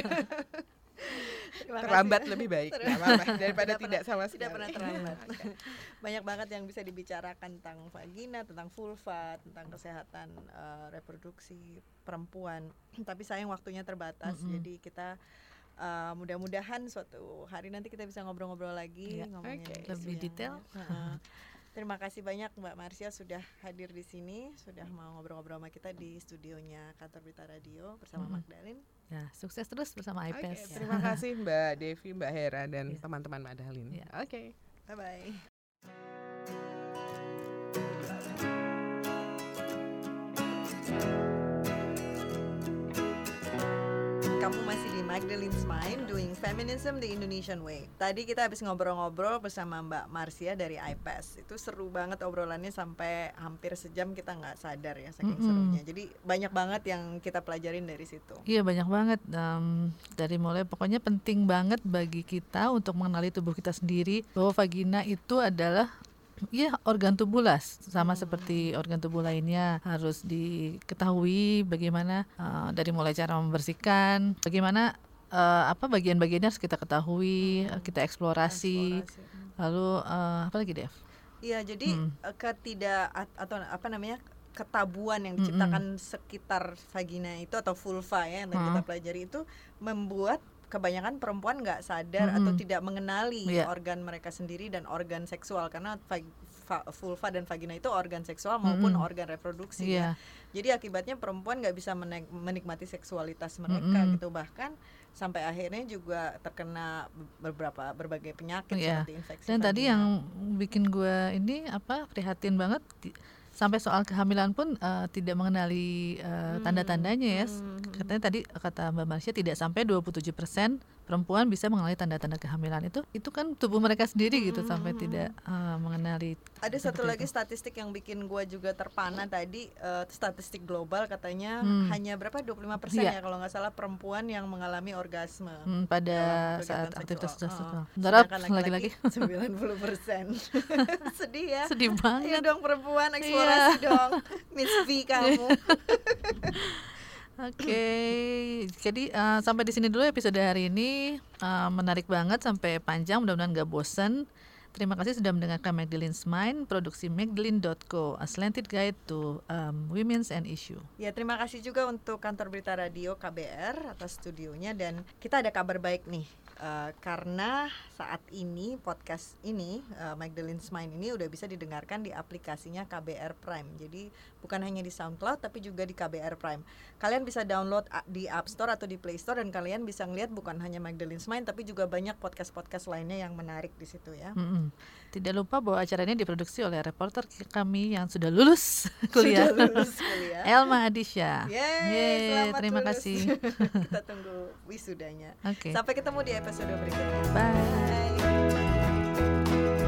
C: Terima kasih.
D: Terlambat lebih baik,
C: Ter-
D: nggak apa-apa, daripada
C: Tidak
D: tidak sama
C: Tidak
D: sekali.
C: pernah terlambat. Banyak banget yang bisa dibicarakan tentang vagina, tentang vulva, tentang kesehatan eh, reproduksi perempuan. Tapi sayang waktunya terbatas.
B: Mm-mm.
C: Jadi kita eh, mudah-mudahan suatu hari nanti kita bisa ngobrol-ngobrol lagi
B: Iya.
C: ngomongin
D: Oke.
C: isu
B: Lebih
C: yang-
B: detail.
C: Heeh. Terima kasih banyak Mbak Marsya sudah hadir di sini, sudah mau ngobrol-ngobrol sama kita di studionya Kantor Berita Radio bersama
B: Mm-mm.
C: Magdalene.
B: Ya, sukses terus bersama I P E
D: Oke,
B: S.
D: terima kasih Mbak Devi, Mbak Hera dan
B: Iya.
D: teman-teman Mbak Dalin.
B: Iya.
D: Oke.
C: Bye bye. Kamu kamu masih di Magdalene's Mind, Doing Feminism the Indonesian Way. Tadi kita habis ngobrol-ngobrol bersama Mbak Marcia dari I P E S. Itu seru banget obrolannya sampai hampir sejam, kita nggak sadar ya saking
B: Mm-mm.
C: serunya. Jadi banyak banget yang kita pelajarin dari situ.
B: Iya banyak banget, um, dari mulai pokoknya penting banget bagi kita untuk mengenali tubuh kita sendiri, bahwa vagina itu adalah ya organ tubuh lah, sama
C: Hmm.
B: seperti organ tubuh lainnya, harus diketahui bagaimana uh, dari mulai cara membersihkan, bagaimana uh, apa bagian-bagiannya harus kita ketahui, uh, kita eksplorasi,
C: Eksplorasi.
B: lalu uh, apa lagi Dev?
C: Iya, jadi
B: Hmm.
C: eh, ketidak at- atau apa namanya ketabuan yang diciptakan sekitar vagina itu atau vulva ya yang tadi kita
B: Mm-mm.
C: pelajari itu membuat kebanyakan perempuan nggak sadar
B: Mm-mm.
C: atau tidak mengenali
B: Iya.
C: organ mereka sendiri dan organ seksual, karena vag- va- vulva dan vagina itu organ seksual maupun
B: Mm-mm.
C: organ reproduksi
B: Iya.
C: ya. Jadi akibatnya perempuan nggak bisa menek- menikmati seksualitas mereka
B: Mm-mm.
C: gitu, bahkan sampai akhirnya juga terkena beberapa berbagai penyakit
B: Iya.
C: seperti infeksi
B: Dan tadi
C: vagina.
B: yang bikin gue ini apa prihatin banget, di- sampai soal kehamilan pun uh, tidak mengenali uh,
C: Hmm,
B: tanda-tandanya ya.
C: hmm, hmm.
B: Katanya tadi kata Mbak Marcia tidak sampai dua puluh tujuh persen perempuan bisa mengenali tanda-tanda kehamilan. Itu itu kan tubuh mereka sendiri gitu,
C: Hmm,
B: sampai
C: hmm,
B: tidak uh, mengenali.
C: Ada satu
B: seperti
C: lagi
B: itu.
C: statistik yang bikin gua juga terpana tadi, eh, statistik global katanya
B: Hmm.
C: hanya berapa dua puluh lima persen
B: Iya.
C: ya kalau nggak salah perempuan yang mengalami orgasme
B: Hmm, pada
C: dalam
B: saat
C: kegiatan
B: aktivitas
C: seksual.
B: seksual.
C: Heeh.
B: Bentar,
C: Sedangkan
B: lagi-lagi.
C: sembilan puluh persen. Sedih ya.
B: Sedih
C: Ayo
B: banget.
C: dong perempuan, eksplorasi
B: Iya.
C: dong. Miss V kamu.
B: Oke, jadi uh, sampai di sini dulu episode hari ini. Uh, menarik banget sampai panjang, mudah-mudahan gak bosan. Terima kasih sudah mendengarkan Magdalene's Mind, produksi magdalene dot co, a slanted guide to um, women's and issue.
C: Ya, terima kasih juga untuk kantor berita radio K B R atas studionya, dan kita ada kabar baik nih. Uh, karena saat ini podcast ini uh, Magdalene's Mind ini udah bisa didengarkan di aplikasinya K B R Prime. Jadi bukan hanya di SoundCloud tapi juga di K B R Prime. Kalian bisa download a- di App Store atau di Play Store, dan kalian bisa ngeliat bukan hanya Magdalene's Mind tapi juga banyak podcast-podcast lainnya yang menarik di situ ya.
B: Mm-mm. Tidak lupa bahwa acara ini diproduksi oleh reporter kami yang sudah lulus kuliah,
C: Sudah lulus kuliah.
B: Elma Adisha.
C: Yeay,
B: Yeay,
C: selamat
B: terima
C: lulus.
B: kasih.
C: Kita tunggu wisudanya.
B: Oke,
C: Sampai ketemu di episode berikutnya.
B: bye.
C: Bye.